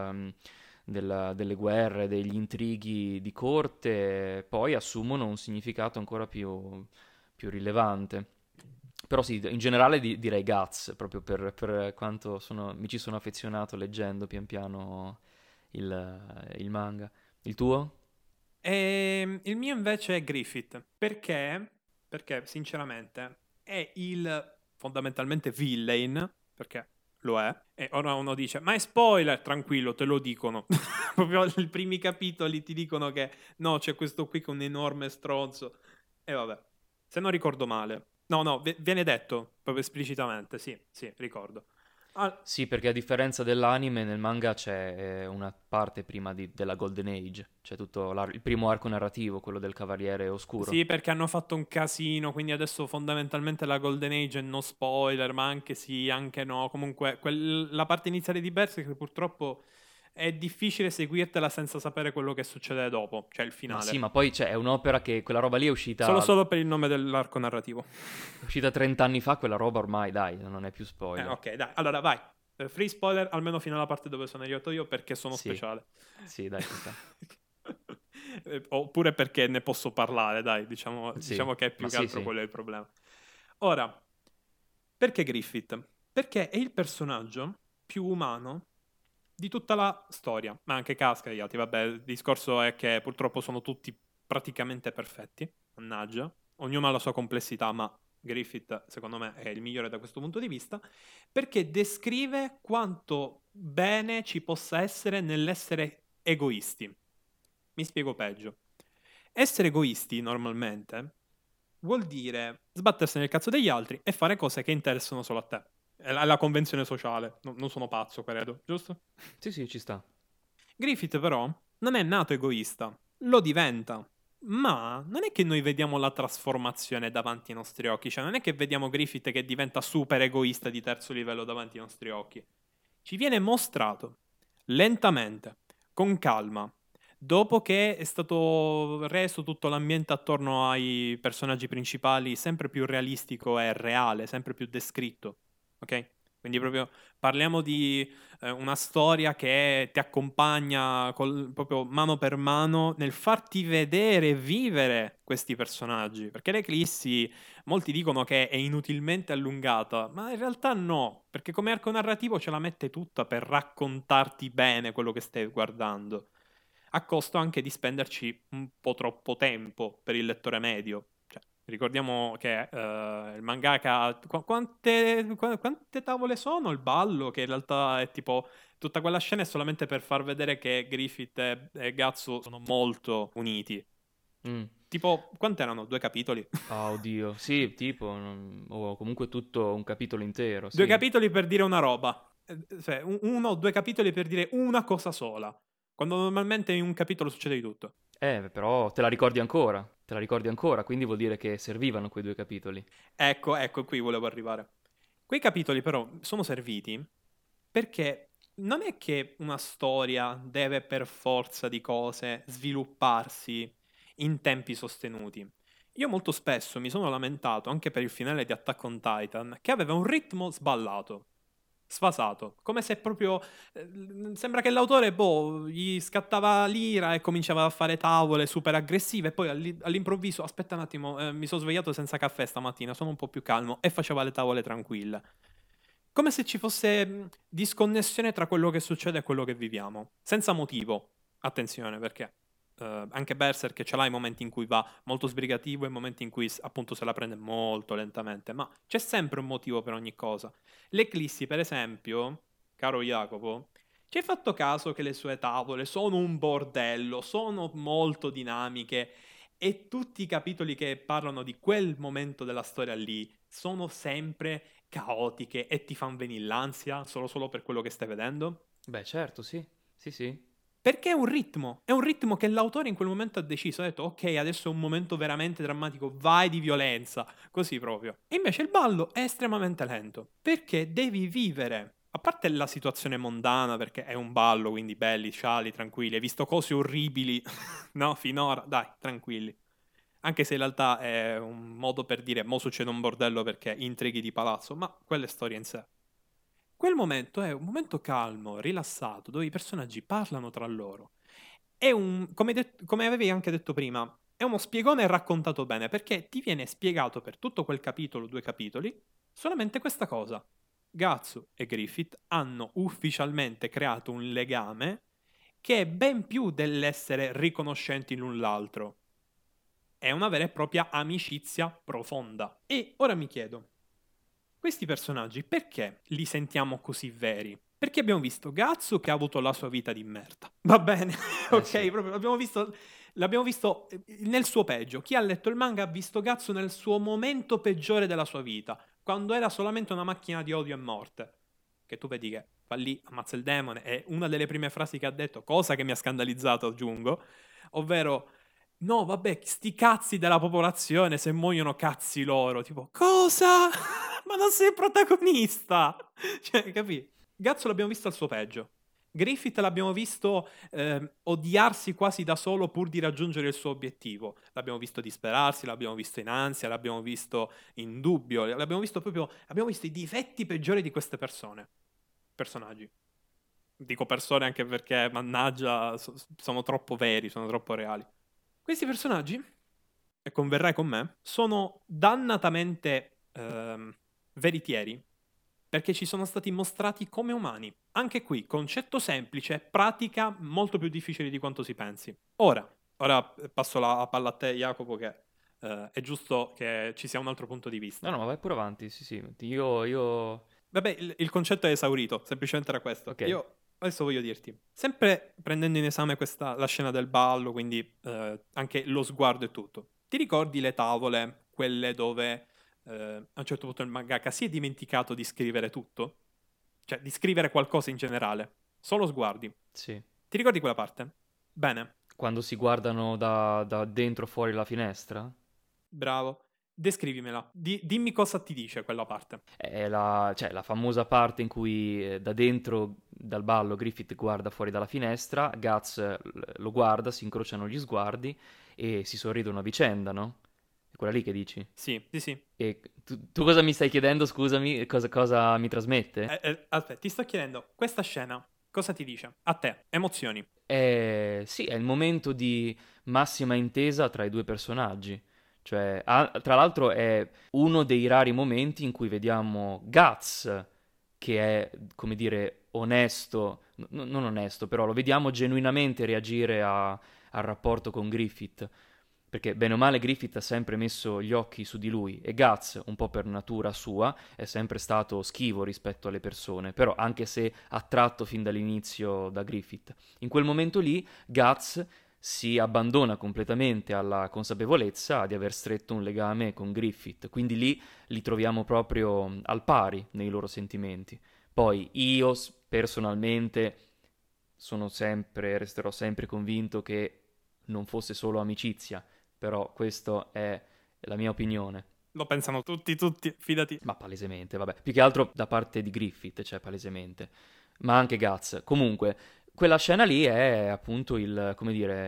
delle guerre, degli intrighi di corte, poi assumono un significato ancora più rilevante. Però sì, in generale direi Guts, proprio per quanto mi ci sono affezionato leggendo pian piano il manga. Il tuo? Il mio invece è Griffith, perché sinceramente è il fondamentalmente villain, perché lo è, e ora uno dice, ma è spoiler, tranquillo, te lo dicono. Proprio i primi capitoli ti dicono che no, c'è questo qui con un enorme stronzo. E vabbè, se non ricordo male. No, no, viene detto proprio esplicitamente, sì, sì, ricordo. Ah, Sì, perché a differenza dell'anime, nel manga c'è una parte prima della Golden Age, c'è tutto il primo arco narrativo, quello del Cavaliere Oscuro. sì, perché hanno fatto un casino, quindi adesso fondamentalmente la Golden Age è no spoiler, ma anche sì, anche no. Comunque, la parte iniziale di Berserk purtroppo è difficile seguirtela senza sapere quello che succede dopo, cioè il Ma sì, finale. ma poi è un'opera che quella roba lì Solo per il nome dell'arco narrativo. è uscita 30 anni fa, quella roba ormai, dai, non è più spoiler. Ok, dai, allora vai. Free spoiler, almeno fino alla parte dove sono arrivato io, perché sono Sì, speciale. sì, dai, ci sta. Oppure perché ne posso parlare, dai, Sì, diciamo che è ma più che sì, altro sì. quello il problema. Ora, perché Griffith? Perché è il personaggio più umano di tutta la storia, ma anche Casca e gli altri. Vabbè, il discorso è che purtroppo sono tutti praticamente perfetti, mannaggia. Ognuno ha la sua complessità, ma Griffith, secondo me, è il migliore da questo punto di vista, perché descrive quanto bene ci possa essere nell'essere egoisti. Mi spiego peggio. Essere egoisti, normalmente, vuol dire sbattersi nel cazzo degli altri e fare cose che interessano solo a te. È la convenzione sociale. Non sono pazzo, credo, giusto? Sì, sì, ci sta. Griffith, però, non è nato egoista. Lo diventa. Ma non è che noi vediamo la trasformazione davanti ai nostri occhi. Cioè, non è che vediamo Griffith che diventa super egoista di terzo livello davanti ai nostri occhi. Ci viene mostrato lentamente, con calma, dopo che è stato reso tutto l'ambiente attorno ai personaggi principali sempre più realistico e reale, sempre più descritto, ok? Quindi proprio parliamo di una storia che ti accompagna proprio mano per mano nel farti vedere e vivere questi personaggi, perché l'Eclissi molti dicono che è inutilmente allungata, ma in realtà no, perché come arco narrativo ce la mette tutta per raccontarti bene quello che stai guardando, a costo anche di spenderci un po' troppo tempo per il lettore medio. Cioè, ricordiamo che il mangaka... quante tavole sono il ballo? Che in realtà è tipo... Tutta quella scena è solamente per far vedere che Griffith e Gatsu sono molto uniti. Mm. Tipo, quant'erano? 2 capitoli? Ah, oddio. Sì, tipo, o comunque tutto un capitolo intero, Due sì. capitoli per dire una roba. Cioè, uno o 2 capitoli per dire una cosa sola. Quando normalmente in un capitolo succede di tutto. Però te la ricordi ancora, quindi vuol dire che servivano quei 2 capitoli. Ecco, qui volevo arrivare. Quei capitoli però sono serviti perché non è che una storia deve per forza di cose svilupparsi in tempi sostenuti. Io molto spesso mi sono lamentato anche per il finale di Attack on Titan che aveva un ritmo sballato, sfasato, come se proprio sembra che l'autore boh, gli scattava l'ira e cominciava a fare tavole super aggressive e poi all'improvviso, aspetta un attimo, mi sono svegliato senza caffè stamattina, sono un po' più calmo e faceva le tavole tranquille. Come se ci fosse disconnessione tra quello che succede e quello che viviamo, senza motivo. Attenzione, perché anche Berserk ce l'ha i momenti in cui va molto sbrigativo e i momenti in cui appunto se la prende molto lentamente, ma c'è sempre un motivo per ogni cosa. L'Eclissi, per esempio, caro Jacopo, ci hai fatto caso che le sue tavole sono un bordello, sono molto dinamiche E tutti i capitoli che parlano di quel momento della storia lì sono sempre caotiche e ti fanno venire l'ansia solo per quello che stai vedendo? Beh, certo, sì. Sì, sì. Perché è un ritmo che l'autore in quel momento ha deciso, ha detto ok, adesso è un momento veramente drammatico, vai di violenza, così proprio. E invece il ballo è estremamente lento, perché devi vivere, a parte la situazione mondana, perché è un ballo, quindi belli, scialli, tranquilli, hai visto cose orribili, no, finora, dai, tranquilli. Anche se in realtà è un modo per dire, mo succede un bordello perché intrighi di palazzo, ma quella è storia in sé. Quel momento è un momento calmo, rilassato, dove i personaggi parlano tra loro. È come avevi anche detto prima, è uno spiegone raccontato bene, perché ti viene spiegato per tutto quel capitolo, 2 capitoli, solamente questa cosa. Gatsu e Griffith hanno ufficialmente creato un legame che è ben più dell'essere riconoscenti l'un l'altro. È una vera e propria amicizia profonda. E ora mi chiedo, questi personaggi perché li sentiamo così veri? Perché abbiamo visto Gatsu che ha avuto la sua vita di merda. Va bene, Sì. ok, proprio l'abbiamo visto nel suo peggio. Chi ha letto il manga ha visto Gatsu nel suo momento peggiore della sua vita, quando era solamente una macchina di odio e morte. Che tu vedi che va lì, ammazza il demone, e una delle prime frasi che ha detto, cosa che mi ha scandalizzato, aggiungo, ovvero no, vabbè, sti cazzi della popolazione, se muoiono cazzi loro. Tipo, cosa? Ma non sei il protagonista! Cioè, capì? Gazzo l'abbiamo visto al suo peggio. Griffith l'abbiamo visto odiarsi quasi da solo pur di raggiungere il suo obiettivo. L'abbiamo visto disperarsi, l'abbiamo visto in ansia, l'abbiamo visto in dubbio, l'abbiamo visto proprio... Abbiamo visto i difetti peggiori di queste persone. Personaggi. Dico persone anche perché, mannaggia, sono troppo veri, sono troppo reali. Questi personaggi, e converrai con me, sono dannatamente veritieri perché ci sono stati mostrati come umani. Anche qui, concetto semplice, pratica molto più difficile di quanto si pensi. Ora passo la palla a te, Jacopo, che è giusto che ci sia un altro punto di No, vista. no, vai pure avanti, sì, sì. Io... Vabbè, il concetto è esaurito, semplicemente era questo. Ok, Io adesso voglio dirti, sempre prendendo in esame la scena del ballo, quindi anche lo sguardo e tutto, ti ricordi le tavole, quelle dove a un certo punto il mangaka si è dimenticato di scrivere tutto? Cioè, di scrivere qualcosa in generale, solo sguardi. sì. Ti ricordi quella parte? Bene, Quando si guardano da dentro fuori la finestra? bravo. Descrivimela. Dimmi cosa ti dice quella parte. È la famosa parte in cui da dentro, dal ballo, Griffith guarda fuori dalla finestra, Guts lo guarda, si incrociano gli sguardi e si sorridono a vicenda, no? È quella lì che dici. Sì, sì, sì. E tu cosa mi stai chiedendo, scusami? Cosa mi trasmette? Aspetta, ti sto chiedendo, questa scena cosa ti dice? A te, emozioni. Sì, è il momento di massima intesa tra i due personaggi. Cioè, tra l'altro è uno dei rari momenti in cui vediamo Guts, che è, come dire, onesto, non onesto, però lo vediamo genuinamente reagire al rapporto con Griffith. Perché bene o male Griffith ha sempre messo gli occhi su di lui e Guts, un po' per natura sua, è sempre stato schivo rispetto alle persone, però anche se attratto fin dall'inizio da Griffith. In quel momento lì Guts si abbandona completamente alla consapevolezza di aver stretto un legame con Griffith, quindi lì li troviamo proprio al pari nei loro sentimenti. Poi io personalmente resterò sempre convinto che non fosse solo amicizia, però questa è la mia opinione. Lo pensano tutti, fidati. Ma palesemente, vabbè. Più che altro da parte di Griffith, cioè palesemente. Ma anche Guts. Comunque, quella scena lì è appunto come dire,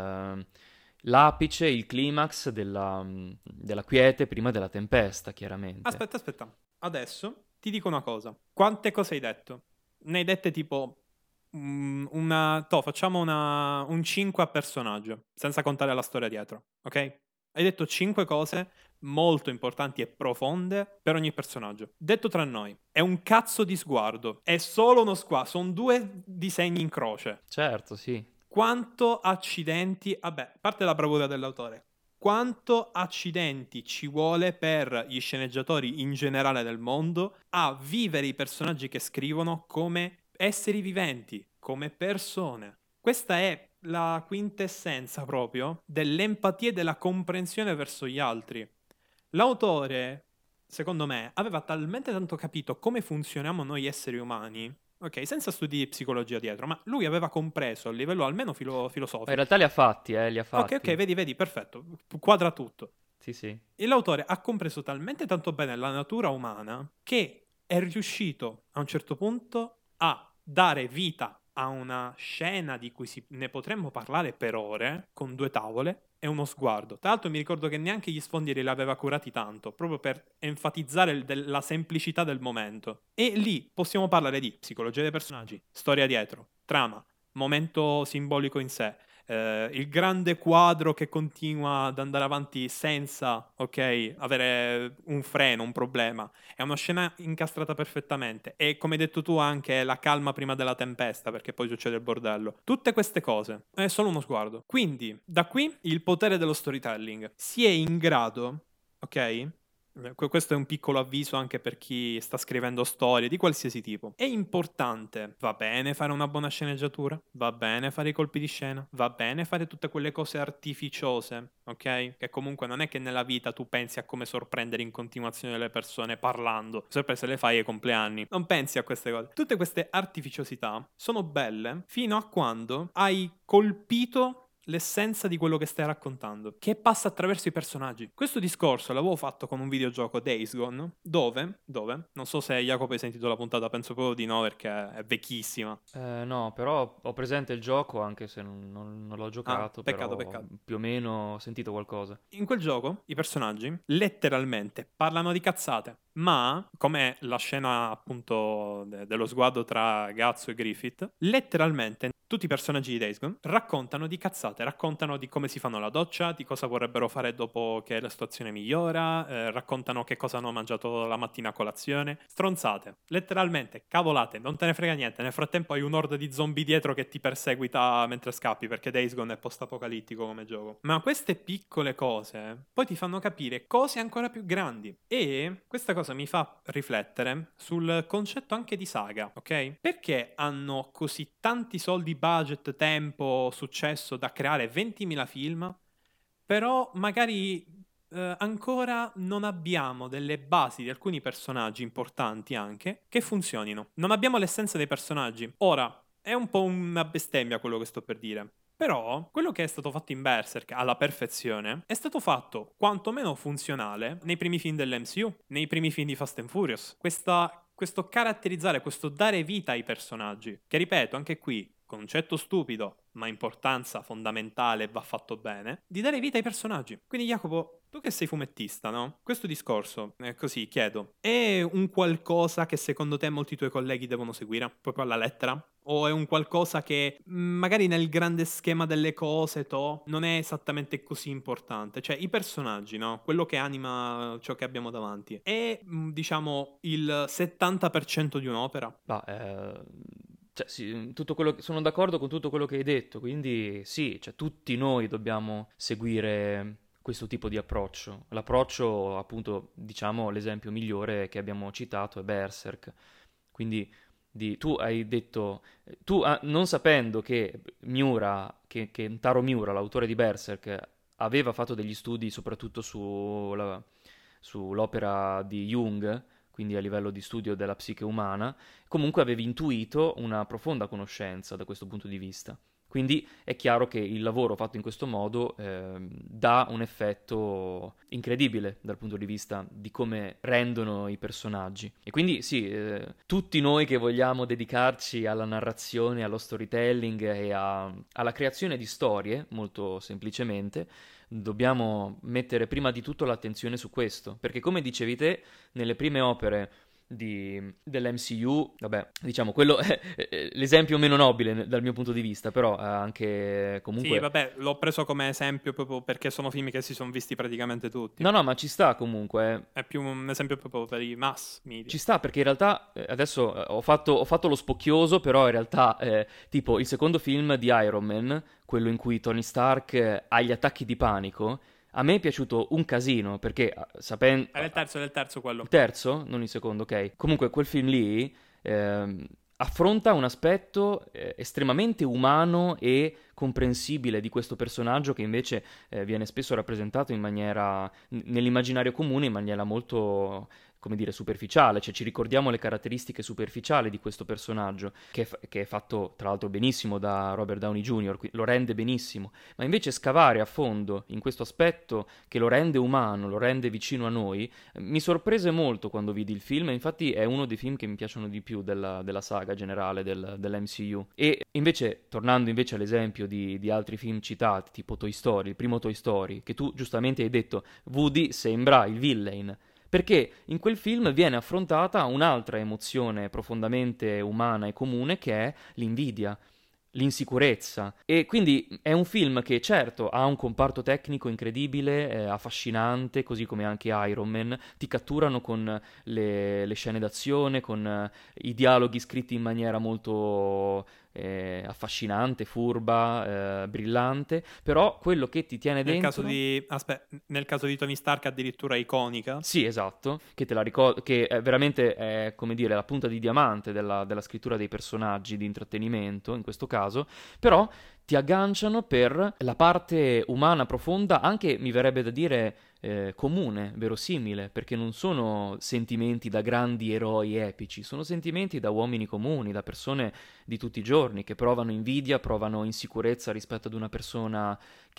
l'apice, il climax della quiete prima della tempesta, chiaramente. Aspetta. Adesso ti dico una cosa. Quante cose hai detto? Ne hai dette tipo facciamo un 5 a personaggio, senza contare la storia dietro, ok? Hai detto 5 cose molto importanti e profonde per ogni personaggio. Detto tra noi, è un cazzo di sguardo, è solo uno sguardo, sono 2 disegni in croce. Certo, sì. Quanto accidenti, vabbè, a parte la bravura dell'autore, quanto accidenti ci vuole per gli sceneggiatori in generale del mondo a vivere i personaggi che scrivono come esseri viventi, come persone. Questa è la quintessenza proprio dell'empatia e della comprensione verso gli altri. L'autore, secondo me, aveva talmente tanto capito come funzioniamo noi esseri umani, ok, senza studi di psicologia dietro, ma lui aveva compreso a livello almeno In filosofico. realtà li ha fatti, li ha Ok, ok, fatti. vedi, perfetto, quadra tutto. Sì, sì. E l'autore ha compreso talmente tanto bene la natura umana che è riuscito a un certo punto a dare vita a una scena di cui ne potremmo parlare per ore, con due tavole e uno sguardo. Tra l'altro mi ricordo che neanche gli sfondi li aveva curati tanto, proprio per enfatizzare la semplicità del momento. E lì possiamo parlare di psicologia dei personaggi, storia dietro, trama, momento simbolico in sé, il grande quadro che continua ad andare avanti senza, ok, avere un freno, un problema. È una scena incastrata perfettamente. E come hai detto tu, anche la calma prima della tempesta, perché poi succede il bordello. Tutte queste cose è solo uno sguardo. Quindi, da qui il potere dello storytelling. Si è in grado, ok? Questo è un piccolo avviso anche per chi sta scrivendo storie di qualsiasi tipo. È importante, va bene fare una buona sceneggiatura, va bene fare i colpi di scena, va bene fare tutte quelle cose artificiose, ok? Che comunque non è che nella vita tu pensi a come sorprendere in continuazione le persone parlando, sempre se le fai ai compleanni. Non pensi a queste cose. Tutte queste artificiosità sono belle fino a quando hai colpito l'essenza di quello che stai raccontando, che passa attraverso i personaggi. Questo discorso l'avevo fatto con un videogioco Days Gone, dove, non so se Jacopo hai sentito la puntata, penso proprio di no perché è vecchissima. No, però ho presente il gioco, anche se non l'ho Ah, giocato, peccato, però peccato. più o meno ho sentito qualcosa. In quel gioco i personaggi letteralmente parlano di cazzate, ma come la scena appunto dello sguardo tra Gazzo e Griffith, letteralmente tutti i personaggi di Days Gone raccontano di cazzate, raccontano di come si fanno la doccia, di cosa vorrebbero fare dopo che la situazione migliora, raccontano che cosa hanno mangiato la mattina a colazione, stronzate, letteralmente cavolate, non te ne frega niente, nel frattempo hai un'orda di zombie dietro che ti perseguita mentre scappi perché Days Gone è post-apocalittico come gioco. Ma queste piccole cose poi ti fanno capire cose ancora più grandi e questa cosa mi fa riflettere sul concetto anche di saga, ok? Perché hanno così tanti soldi, budget, tempo, successo da creare 20.000 film, però magari ancora non abbiamo delle basi di alcuni personaggi importanti anche che funzionino. Non abbiamo l'essenza dei personaggi. Ora, è un po' una bestemmia quello che sto per dire. Però quello che è stato fatto in Berserk alla perfezione è stato fatto quantomeno funzionale nei primi film dell'MCU, nei primi film di Fast and Furious. Questo caratterizzare, questo dare vita ai personaggi, che ripeto, anche qui, concetto stupido, ma importanza fondamentale, va fatto bene, di dare vita ai personaggi. Quindi Jacopo, tu che sei fumettista, no? Questo discorso, così chiedo, è un qualcosa che secondo te molti tuoi colleghi devono seguire, proprio alla lettera? O è un qualcosa che magari nel grande schema delle cose, non è esattamente così importante? Cioè, i personaggi, no? Quello che anima ciò che abbiamo davanti. È, diciamo, il 70% di un'opera? Ma, cioè, sì, sono d'accordo con tutto quello che hai detto, quindi sì, cioè, tutti noi dobbiamo seguire questo tipo di approccio. L'approccio, appunto, diciamo, l'esempio migliore che abbiamo citato è Berserk. Quindi tu hai detto, non sapendo che che Taro Miura, l'autore di Berserk, aveva fatto degli studi soprattutto sull'opera di Jung, quindi a livello di studio della psiche umana, comunque avevi intuito una profonda conoscenza da questo punto di vista. Quindi è chiaro che il lavoro fatto in questo modo dà un effetto incredibile dal punto di vista di come rendono i personaggi. E quindi sì, tutti noi che vogliamo dedicarci alla narrazione, allo storytelling e alla creazione di storie, molto semplicemente, dobbiamo mettere prima di tutto l'attenzione su questo, perché come dicevi te, nelle prime opere dell'MCU, vabbè, diciamo, quello è l'esempio meno nobile dal mio punto di vista, però anche Sì, comunque... vabbè, l'ho preso come esempio proprio perché sono film che si sono visti praticamente tutti. No, no, ma ci sta comunque. È più un esempio proprio per i mass media. Ci sta perché in realtà adesso ho fatto lo spocchioso, però in realtà tipo il secondo film di Iron Man, quello in cui Tony Stark ha gli attacchi di panico, a me è piaciuto un casino perché sapendo... Era il terzo quello. Il terzo? Non il secondo, ok. Comunque quel film lì affronta un aspetto estremamente umano e comprensibile di questo personaggio che invece viene spesso rappresentato in maniera, nell'immaginario comune, in maniera molto, come dire, superficiale, cioè ci ricordiamo le caratteristiche superficiali di questo personaggio, che è fatto tra l'altro benissimo da Robert Downey Jr., lo rende benissimo, ma invece scavare a fondo in questo aspetto che lo rende umano, lo rende vicino a noi, mi sorprese molto quando vidi il film, e infatti è uno dei film che mi piacciono di più della saga generale dell'MCU. E invece, tornando invece all'esempio di altri film citati, tipo Toy Story, il primo Toy Story, che tu giustamente hai detto, Woody sembra il villain, perché in quel film viene affrontata un'altra emozione profondamente umana e comune che è l'invidia, l'insicurezza. E quindi è un film che certo ha un comparto tecnico incredibile, affascinante, così come anche Iron Man, ti catturano con le scene d'azione, con i dialoghi scritti in maniera molto affascinante, furba, brillante, però quello che ti tiene dentro... Nel caso di Tony Stark addirittura iconica. Sì, esatto, che te la ricordo, che è veramente è, come dire, la punta di diamante della scrittura dei personaggi di intrattenimento, in questo caso, però ti agganciano per la parte umana profonda, anche mi verrebbe da dire comune, verosimile, perché non sono sentimenti da grandi eroi epici, sono sentimenti da uomini comuni, da persone di tutti i giorni che provano invidia, provano insicurezza rispetto ad una persona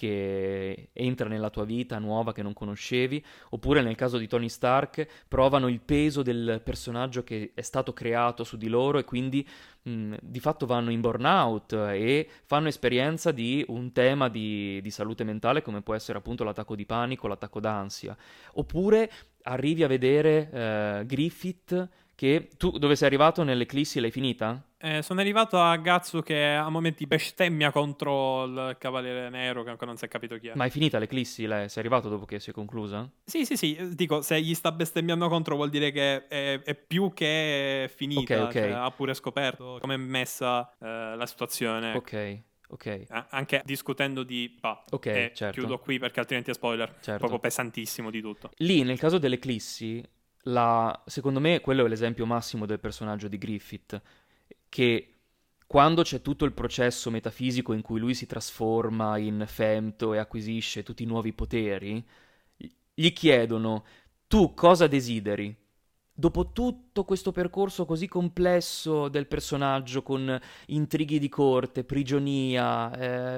che entra nella tua vita nuova che non conoscevi, oppure nel caso di Tony Stark provano il peso del personaggio che è stato creato su di loro e quindi di fatto vanno in burnout e fanno esperienza di un tema di salute mentale come può essere appunto l'attacco di panico, l'attacco d'ansia. Oppure arrivi a vedere Griffith, che tu dove sei arrivato nell'Eclissi l'hai finita? Sono arrivato a Gatsu che a momenti bestemmia contro il Cavaliere Nero, che ancora non si è capito chi è. Ma hai finita l'Eclissi? Sei arrivato dopo che si è conclusa? Sì, sì, sì, dico, se gli sta bestemmiando contro vuol dire che è più che Ok, finita, ok, cioè ha pure scoperto come è messa la situazione, ecco. ok, ok, Anche discutendo di... ok, e chiudo certo, qui perché altrimenti è spoiler, proprio certo. pesantissimo di tutto. Lì, nel caso dell'Eclissi, secondo me quello è l'esempio massimo del personaggio di Griffith, che quando c'è tutto il processo metafisico in cui lui si trasforma in Femto e acquisisce tutti i nuovi poteri, gli chiedono: tu cosa desideri? Dopo tutto questo percorso così complesso del personaggio, con intrighi di corte, prigionia,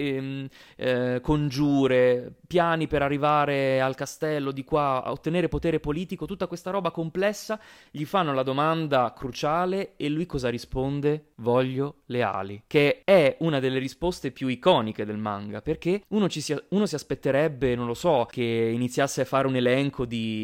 congiure, piani per arrivare al castello di qua, a ottenere potere politico, tutta questa roba complessa, gli fanno la domanda cruciale e lui cosa risponde? Voglio le ali, che è una delle risposte più iconiche del manga, perché uno si aspetterebbe, non lo so, che iniziasse a fare un elenco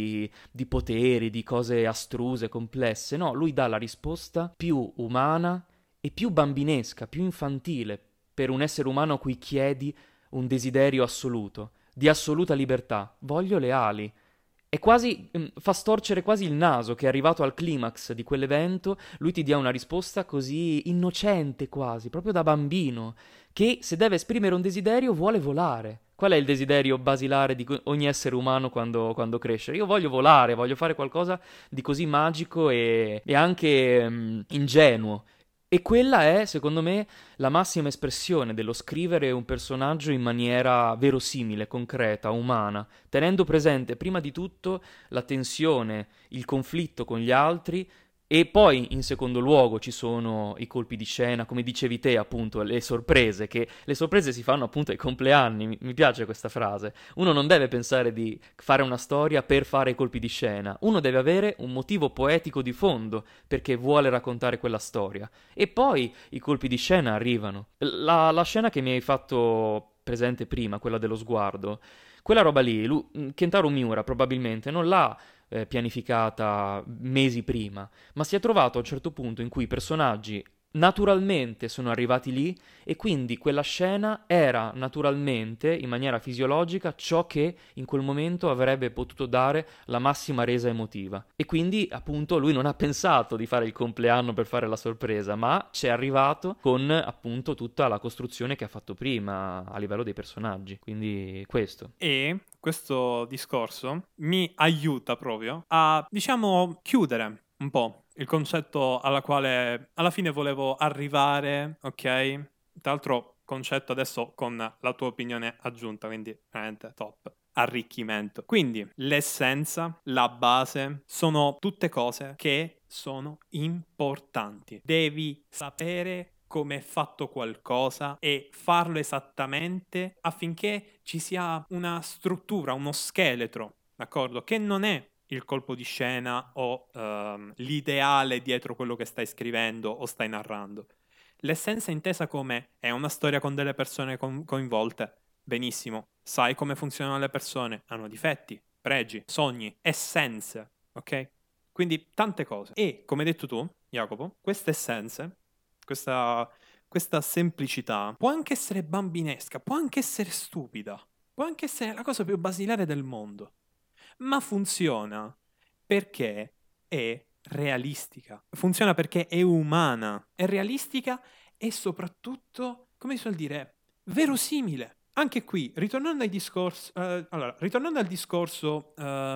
di poteri, di cose astruse, complesse. No, lui dà la risposta più umana e più bambinesca, più infantile per un essere umano a cui chiedi un desiderio assoluto, di assoluta libertà. Voglio le ali. E quasi fa storcere quasi il naso che è arrivato al climax di quell'evento, lui ti dia una risposta così innocente quasi, proprio da bambino, che se deve esprimere un desiderio vuole volare. Qual è il desiderio basilare di ogni essere umano quando cresce? Io voglio volare, voglio fare qualcosa di così magico e anche ingenuo. E quella è, secondo me, la massima espressione dello scrivere un personaggio in maniera verosimile, concreta, umana, tenendo presente prima di tutto la tensione, il conflitto con gli altri. E poi, in secondo luogo, ci sono i colpi di scena, come dicevi te, appunto, le sorprese, che le sorprese si fanno appunto ai compleanni, mi piace questa frase. Uno non deve pensare di fare una storia per fare i colpi di scena, uno deve avere un motivo poetico di fondo perché vuole raccontare quella storia. E poi i colpi di scena arrivano. La scena che mi hai fatto presente prima, quella dello sguardo, quella roba lì, Kentaro Miura probabilmente non l'ha pianificata mesi prima, ma si è trovato a un certo punto in cui i personaggi naturalmente sono arrivati lì e quindi quella scena era naturalmente, in maniera fisiologica, ciò che in quel momento avrebbe potuto dare la massima resa emotiva. E quindi, appunto, lui non ha pensato di fare il compleanno per fare la sorpresa, ma ci è arrivato con, appunto, tutta la costruzione che ha fatto prima a livello dei personaggi. Quindi questo. E questo discorso mi aiuta proprio a, diciamo, chiudere un po' il concetto alla quale alla fine volevo arrivare, ok? Tra l'altro concetto adesso con la tua opinione aggiunta, quindi veramente top. Arricchimento. Quindi l'essenza, la base, sono tutte cose che sono importanti. Devi sapere come è fatto qualcosa e farlo esattamente affinché ci sia una struttura, uno scheletro, d'accordo? Che non è il colpo di scena o l'ideale dietro quello che stai scrivendo o stai narrando. L'essenza intesa come è una storia con delle persone coinvolte. Benissimo, sai come funzionano le persone, hanno difetti, pregi, sogni, essenze, ok? Quindi tante cose. E come hai detto tu, Jacopo, queste essenze, questa, questa semplicità può anche essere bambinesca, può anche essere stupida, può anche essere la cosa più basilare del mondo, ma funziona perché è realistica, funziona perché è umana, è realistica e soprattutto, come si suol dire, verosimile. Anche qui, ritornando ai discorsi, allora, ritornando al discorso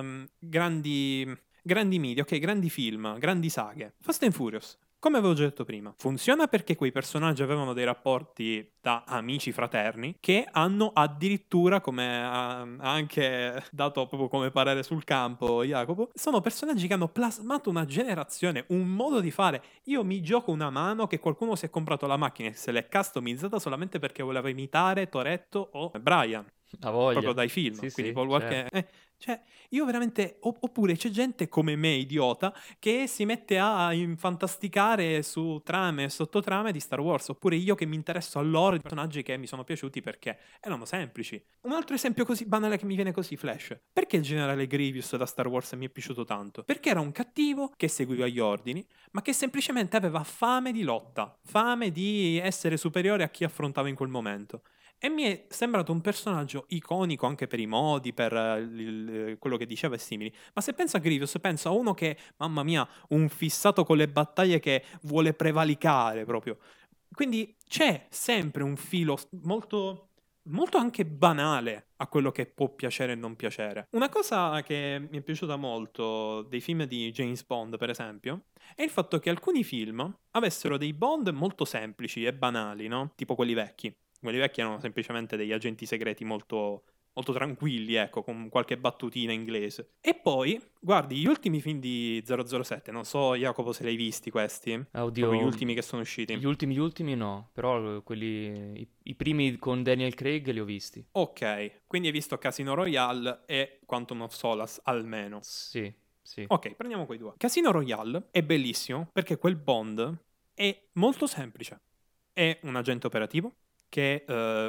grandi media, ok, grandi film, grandi saghe. Fast and Furious, come avevo già detto prima, funziona perché quei personaggi avevano dei rapporti da amici fraterni che hanno addirittura, come ha anche dato proprio come parere sul campo Jacopo, sono personaggi che hanno plasmato una generazione, un modo di fare. Io mi gioco una mano che qualcuno si è comprato la macchina e se l'è customizzata solamente perché voleva imitare Toretto o Brian, Ha proprio voglia. dai film, Sì, quindi sì, Paul Walker. certo. Cioè, io veramente. Oppure c'è gente come me, idiota, che si mette a infantasticare su trame e sottotrame di Star Wars. Oppure io che mi interesso all'oro di personaggi che mi sono piaciuti perché erano semplici. Un altro esempio così banale che mi viene così, Flash. Perché il generale Grievous da Star Wars mi è piaciuto tanto? Perché era un cattivo che seguiva gli ordini, ma che semplicemente aveva fame di lotta, fame di essere superiore a chi affrontava in quel momento. E mi è sembrato un personaggio iconico anche per i modi, per quello che diceva e simili. Ma se penso a Grievous, penso a uno che, mamma mia, un fissato con le battaglie che vuole prevalicare proprio. Quindi c'è sempre un filo molto, molto anche banale a quello che può piacere e non piacere. Una cosa che mi è piaciuta molto dei film di James Bond, per esempio, è il fatto che alcuni film avessero dei Bond molto semplici e banali, no? Tipo quelli vecchi. Quelli vecchi erano semplicemente degli agenti segreti molto, molto tranquilli, ecco, con qualche battutina inglese. E poi, guardi, gli ultimi film di 007, non so, Jacopo, se li hai visti questi, proprio gli Oddio, ultimi che sono usciti. gli ultimi no, però quelli, i primi con Daniel Craig li ho visti. Ok, quindi hai visto Casino Royale e Quantum of Solace almeno. Sì, sì. Ok, prendiamo quei due. Casino Royale è bellissimo perché quel Bond è molto semplice. È un agente operativo che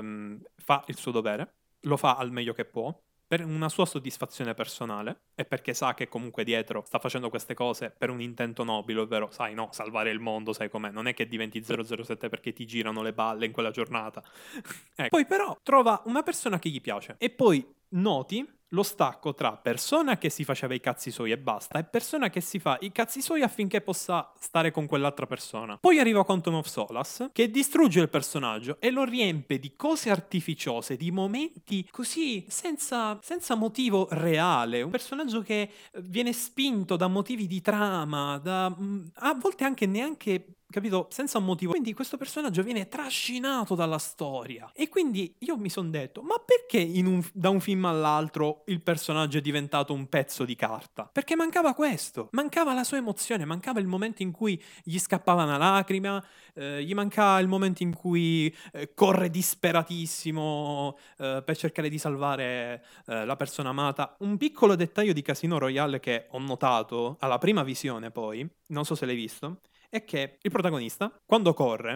fa il suo dovere, lo fa al meglio che può, per una sua soddisfazione personale e perché sa che comunque dietro sta facendo queste cose per un intento nobile, ovvero, sai, no, salvare il mondo, sai com'è, non è che diventi 007 perché ti girano le balle in quella giornata. Ecco. Poi però trova una persona che gli piace e poi noti lo stacco tra persona che si faceva i cazzi suoi e basta e persona che si fa i cazzi suoi affinché possa stare con quell'altra persona. Poi arriva Quantum of Solace che distrugge il personaggio e lo riempie di cose artificiose, di momenti così senza motivo reale. Un personaggio che viene spinto da motivi di trama, a volte anche neanche, capito, senza un motivo. Quindi questo personaggio viene trascinato dalla storia. E quindi io mi sono detto, ma perché da un film all'altro il personaggio è diventato un pezzo di carta? Perché mancava questo, mancava la sua emozione, mancava il momento in cui gli scappava una lacrima, gli mancava il momento in cui corre disperatissimo per cercare di salvare la persona amata. Un piccolo dettaglio di Casino Royale che ho notato alla prima visione poi, non so se l'hai visto, è che il protagonista, quando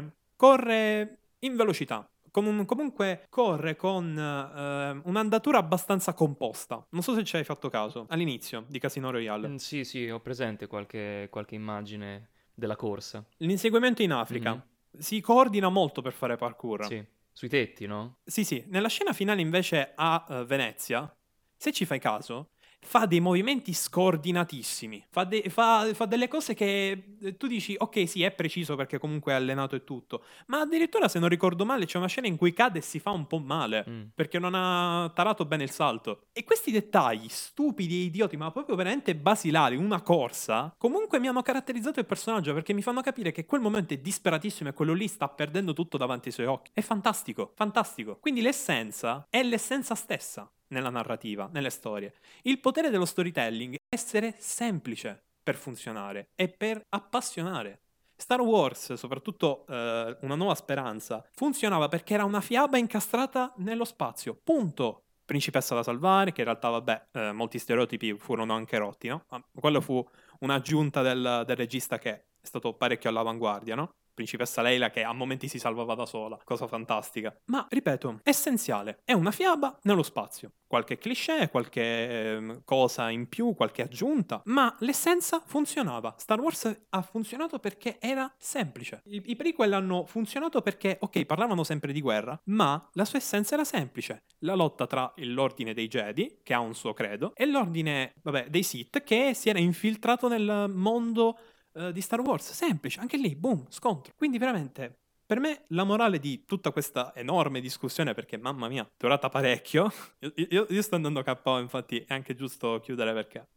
corre in velocità. Comunque corre con un'andatura abbastanza composta. Non so se ci hai fatto caso all'inizio di Casino Royale. Sì, sì, ho presente qualche immagine della corsa. L'inseguimento in Mhm. Africa si coordina molto per fare parkour. Sì, sui tetti, no? Sì, sì, nella scena finale invece a Venezia, se ci fai caso, fa dei movimenti scordinatissimi, fa delle cose che tu dici, ok, sì, è preciso perché comunque è allenato e tutto, ma addirittura, se non ricordo male, c'è una scena in cui cade e si fa un po' male, Mm. perché non ha tarato bene il salto. E questi dettagli stupidi e idioti, ma proprio veramente basilari, una corsa, comunque mi hanno caratterizzato il personaggio, perché mi fanno capire che quel momento è disperatissimo e quello lì sta perdendo tutto davanti ai suoi occhi. È fantastico, fantastico. Quindi l'essenza è l'essenza stessa nella narrativa, nelle storie. Il potere dello storytelling è essere semplice per funzionare e per appassionare. Star Wars, soprattutto Una nuova speranza, funzionava perché era una fiaba incastrata nello spazio. Punto. Principessa da salvare, che in realtà, vabbè, molti stereotipi furono anche rotti, no? Ma quello fu un'aggiunta del regista che è stato parecchio all'avanguardia, no? Principessa Leila che a momenti si salvava da sola, cosa fantastica. Ma, ripeto, essenziale, è una fiaba nello spazio. Qualche cliché, qualche cosa in più, qualche aggiunta, ma l'essenza funzionava. Star Wars ha funzionato perché era semplice. I prequel hanno funzionato perché, ok, parlavano sempre di guerra, ma la sua essenza era semplice. La lotta tra l'ordine dei Jedi, che ha un suo credo, e l'ordine, vabbè, dei Sith, che si era infiltrato nel mondo di Star Wars. Semplice, anche lì, boom, scontro. Quindi veramente, per me, la morale di tutta questa enorme discussione, perché mamma mia, è durata parecchio, io sto andando KO, infatti è anche giusto chiudere perché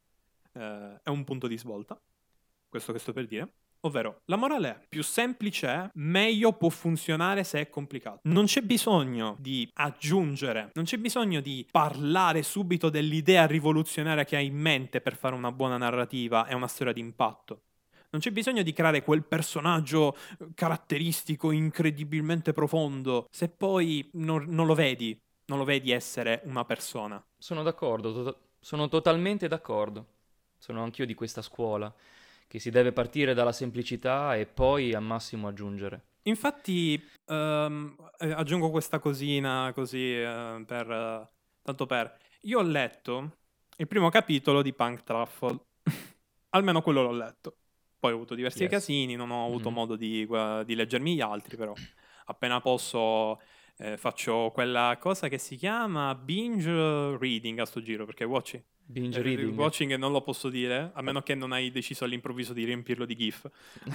è un punto di svolta, questo che sto per dire. Ovvero, la morale è: più semplice è, meglio può funzionare se è complicato. Non c'è bisogno di aggiungere, non c'è bisogno di parlare subito dell'idea rivoluzionaria che hai in mente per fare una buona narrativa e una storia di impatto. Non c'è bisogno di creare quel personaggio caratteristico, incredibilmente profondo, se poi non lo vedi essere una persona. Sono d'accordo, sono totalmente d'accordo. Sono anch'io di questa scuola, che si deve partire dalla semplicità e poi al massimo aggiungere. Infatti, aggiungo questa cosina così tanto per. Io ho letto il primo capitolo di Punk Truffle, almeno quello l'ho letto. Poi ho avuto diversi Yes. casini, non ho avuto Mhm. modo di leggermi gli altri, però appena posso faccio quella cosa che si chiama binge reading a sto giro, perché Binge reading. watching non lo posso dire, a meno che non hai deciso all'improvviso di riempirlo di GIF.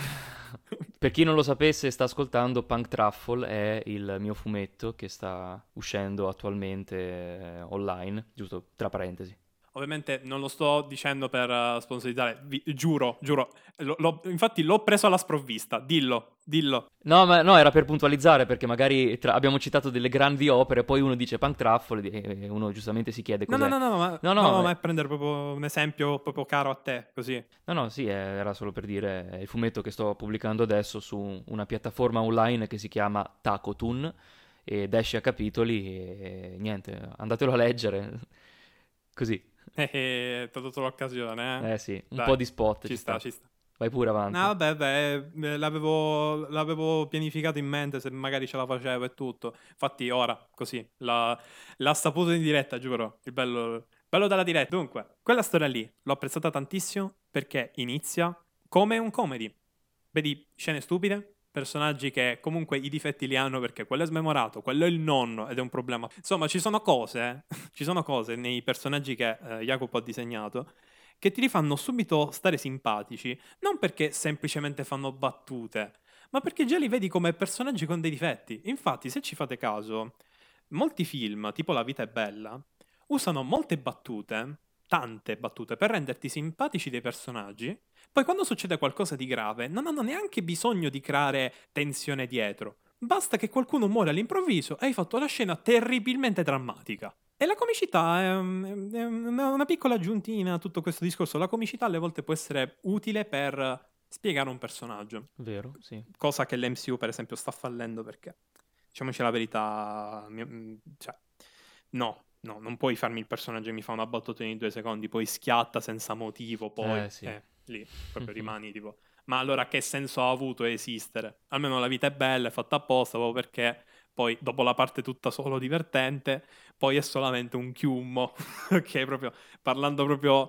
Per chi non lo sapesse e sta ascoltando, Punk Truffle è il mio fumetto che sta uscendo attualmente online, giusto tra parentesi. Ovviamente non lo sto dicendo per sponsorizzare, giuro, infatti l'ho preso alla sprovvista, dillo. No, ma no, era per puntualizzare perché magari abbiamo citato delle grandi opere, poi uno dice Punk Truffle e uno giustamente si chiede No, no, cos'è. no, no, ma, No, no, no, ma è prendere proprio un esempio proprio caro a te, così. no, sì, era solo per dire, è il fumetto che sto pubblicando adesso su una piattaforma online che si chiama Takotun ed esce a capitoli e niente, andatelo a leggere, così. Ti ho dato l'occasione, eh? Eh sì, un po' Dai, di spot ci ci sta, sta. ci sta. Vai pure No, avanti. vabbè, beh, l'avevo pianificato in mente se magari ce la facevo e tutto. Infatti ora, così, l'ha saputo in diretta, giuro. Il bello della diretta. Dunque, quella storia lì l'ho apprezzata tantissimo perché inizia come un comedy. Vedi scene stupide, personaggi che comunque i difetti li hanno perché quello è smemorato, quello è il nonno ed è un problema. Insomma, ci sono cose, ci sono cose nei personaggi che Jacopo ha disegnato che ti rifanno subito stare simpatici, non perché semplicemente fanno battute, ma perché già li vedi come personaggi con dei difetti. Infatti, se ci fate caso, molti film, tipo La vita è bella, usano molte battute, tante battute, per renderti simpatici dei personaggi. Poi quando succede qualcosa di grave, non hanno neanche bisogno di creare tensione dietro. Basta che qualcuno muore all'improvviso e hai fatto la scena terribilmente drammatica. E la comicità è una piccola aggiuntina a tutto questo discorso. La comicità alle volte può essere utile per spiegare un personaggio, Vero, sì. cosa che l'MCU per esempio sta fallendo perché, diciamoci la verità, cioè, no, non puoi farmi il personaggio che mi fa una battuta in 2 secondi, poi schiatta senza motivo, poi, Sì. lì proprio rimani tipo, ma allora che senso ha avuto esistere? Almeno La vita è bella, è fatta apposta, proprio perché poi dopo la parte tutta solo divertente, poi è solamente un chiummo, che proprio, parlando proprio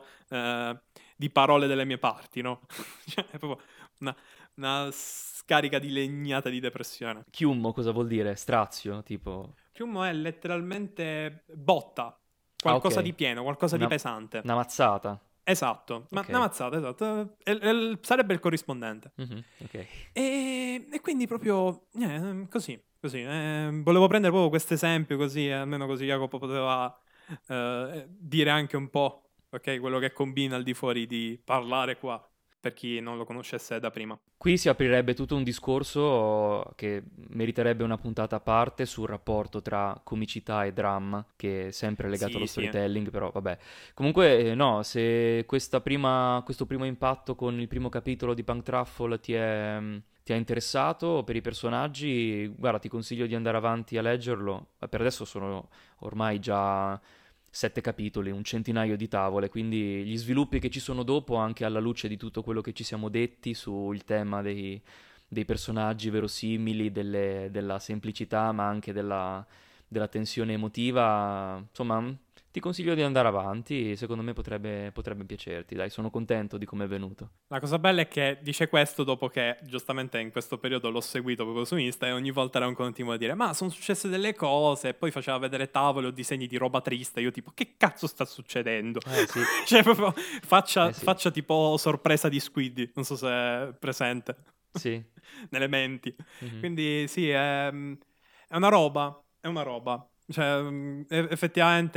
di parole delle mie parti, no? Cioè, è proprio una scarica di legnata di depressione. Chiummo cosa vuol dire? Strazio, tipo... Chiummo è letteralmente botta. qualcosa ok. di pieno, qualcosa di Una, pesante. una mazzata. Esatto, ma Ok. una mazzata, esatto. Sarebbe il corrispondente. Ok. E quindi proprio così. Volevo prendere proprio questo esempio così, almeno così Jacopo poteva dire anche un po', ok, quello che combina al di fuori di parlare qua, per chi non lo conoscesse da prima. Qui si aprirebbe tutto un discorso che meriterebbe una puntata a parte sul rapporto tra comicità e dramma, che è sempre legato allo Sì, sì. storytelling, però vabbè. Comunque, no, se questo primo impatto con il primo capitolo di Punk Truffle ti ha interessato per i personaggi, guarda, ti consiglio di andare avanti a leggerlo. Per adesso sono ormai già 7 capitoli, un centinaio di tavole, quindi gli sviluppi che ci sono dopo, anche alla luce di tutto quello che ci siamo detti sul tema dei personaggi verosimili, della semplicità, ma anche della tensione emotiva, insomma, ti consiglio di andare avanti, secondo me potrebbe piacerti, dai, sono contento di come è venuto. La cosa bella è che dice questo dopo che giustamente in questo periodo l'ho seguito proprio su Insta e ogni volta era un continuo a dire ma sono successe delle cose e poi faceva vedere tavole o disegni di roba triste. Io tipo che cazzo sta succedendo? Sì, Cioè proprio sì, faccia tipo sorpresa di Squiddy, non so se è presente sì. nelle menti. Mhm. Quindi sì, è una roba, è una roba. Cioè, effettivamente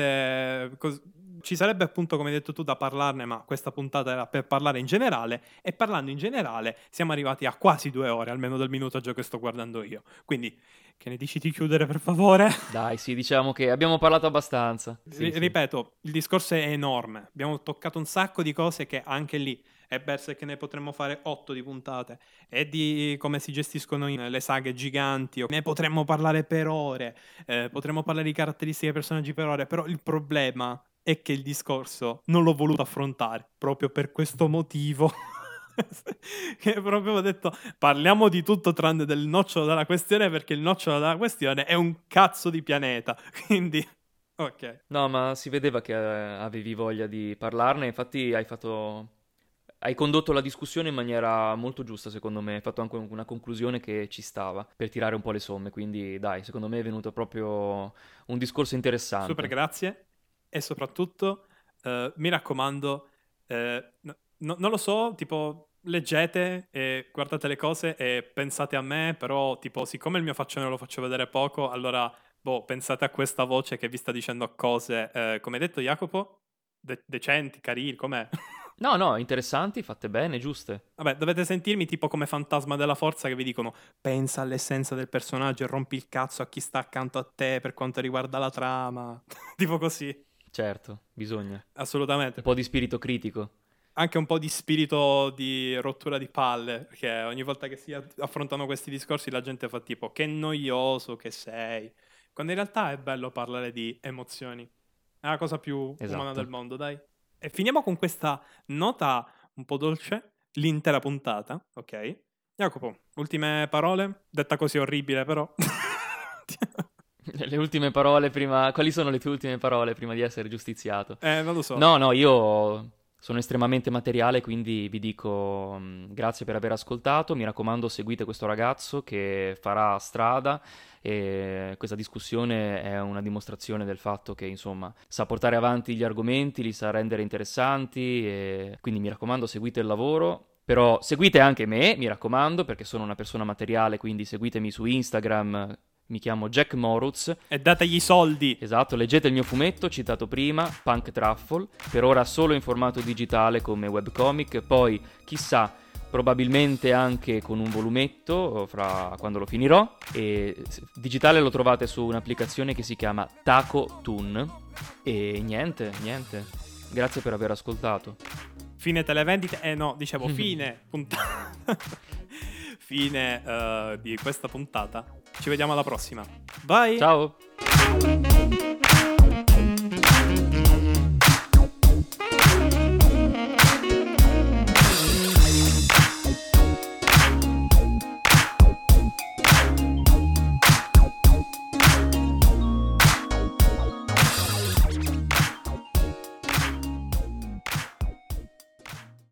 ci sarebbe appunto, come hai detto tu, da parlarne, ma questa puntata era per parlare in generale, e parlando in generale siamo arrivati a quasi 2 ore, almeno dal minutaggio che sto guardando io. Quindi, che ne dici di chiudere, per favore? Dai, sì, diciamo che abbiamo parlato abbastanza. Sì, sì. Ripeto, il discorso è enorme. Abbiamo toccato un sacco di cose che anche lì è Berserk, che ne potremmo fare 8 di puntate, e di come si gestiscono le saghe giganti. Ne potremmo parlare per ore, potremmo parlare di caratteristiche dei personaggi per ore, però il problema è che il discorso non l'ho voluto affrontare proprio per questo motivo. Che proprio ho detto parliamo di tutto tranne del nocciolo della questione, perché il nocciolo della questione è un cazzo di pianeta. Quindi ok. No, ma si vedeva che avevi voglia di parlarne, infatti hai condotto la discussione in maniera molto giusta, secondo me, hai fatto anche una conclusione che ci stava per tirare un po' le somme, quindi dai, secondo me è venuto proprio un discorso Super interessante. grazie. E soprattutto, mi raccomando, non lo so, tipo, leggete e guardate le cose e pensate a me, però, tipo, siccome il mio faccione lo faccio vedere poco, allora, boh, pensate a questa voce che vi sta dicendo cose, come hai detto Jacopo, decenti, carini, com'è? No, no, interessanti, fatte bene, giuste. Vabbè, dovete sentirmi tipo come fantasma della forza che vi dicono pensa all'essenza del personaggio e rompi il cazzo a chi sta accanto a te per quanto riguarda la trama. Tipo così, Certo, bisogna. Un assolutamente. po' di spirito critico. Anche un po' di spirito di rottura di palle, perché ogni volta che si affrontano questi discorsi la gente fa tipo che noioso che sei, quando in realtà è bello parlare di emozioni. È la cosa più umana del Esatto. mondo, dai. E finiamo con questa nota un po' dolce, l'intera puntata, ok? Jacopo, ultime parole? Detta così orribile, però. Le ultime parole prima... Quali sono le tue ultime parole prima di essere giustiziato? Non lo so. No, no, io sono estremamente materiale, quindi vi dico grazie per aver ascoltato. Mi raccomando, seguite questo ragazzo che farà strada e questa discussione è una dimostrazione del fatto che, insomma, sa portare avanti gli argomenti, li sa rendere interessanti e quindi mi raccomando, seguite il lavoro. Però seguite anche me, mi raccomando, perché sono una persona materiale, quindi seguitemi su Instagram, mi chiamo Jack Moritz. E dategli i soldi. Esatto, leggete il mio fumetto citato prima, Punk Truffle, per ora solo in formato digitale come webcomic, poi chissà, probabilmente anche con un volumetto fra quando lo finirò, e digitale lo trovate su un'applicazione che si chiama Taco Toon. E niente, grazie per aver ascoltato. Fine televendite. No, dicevo fine puntata. Fine di questa puntata. Ci vediamo alla prossima. Bye. Ciao!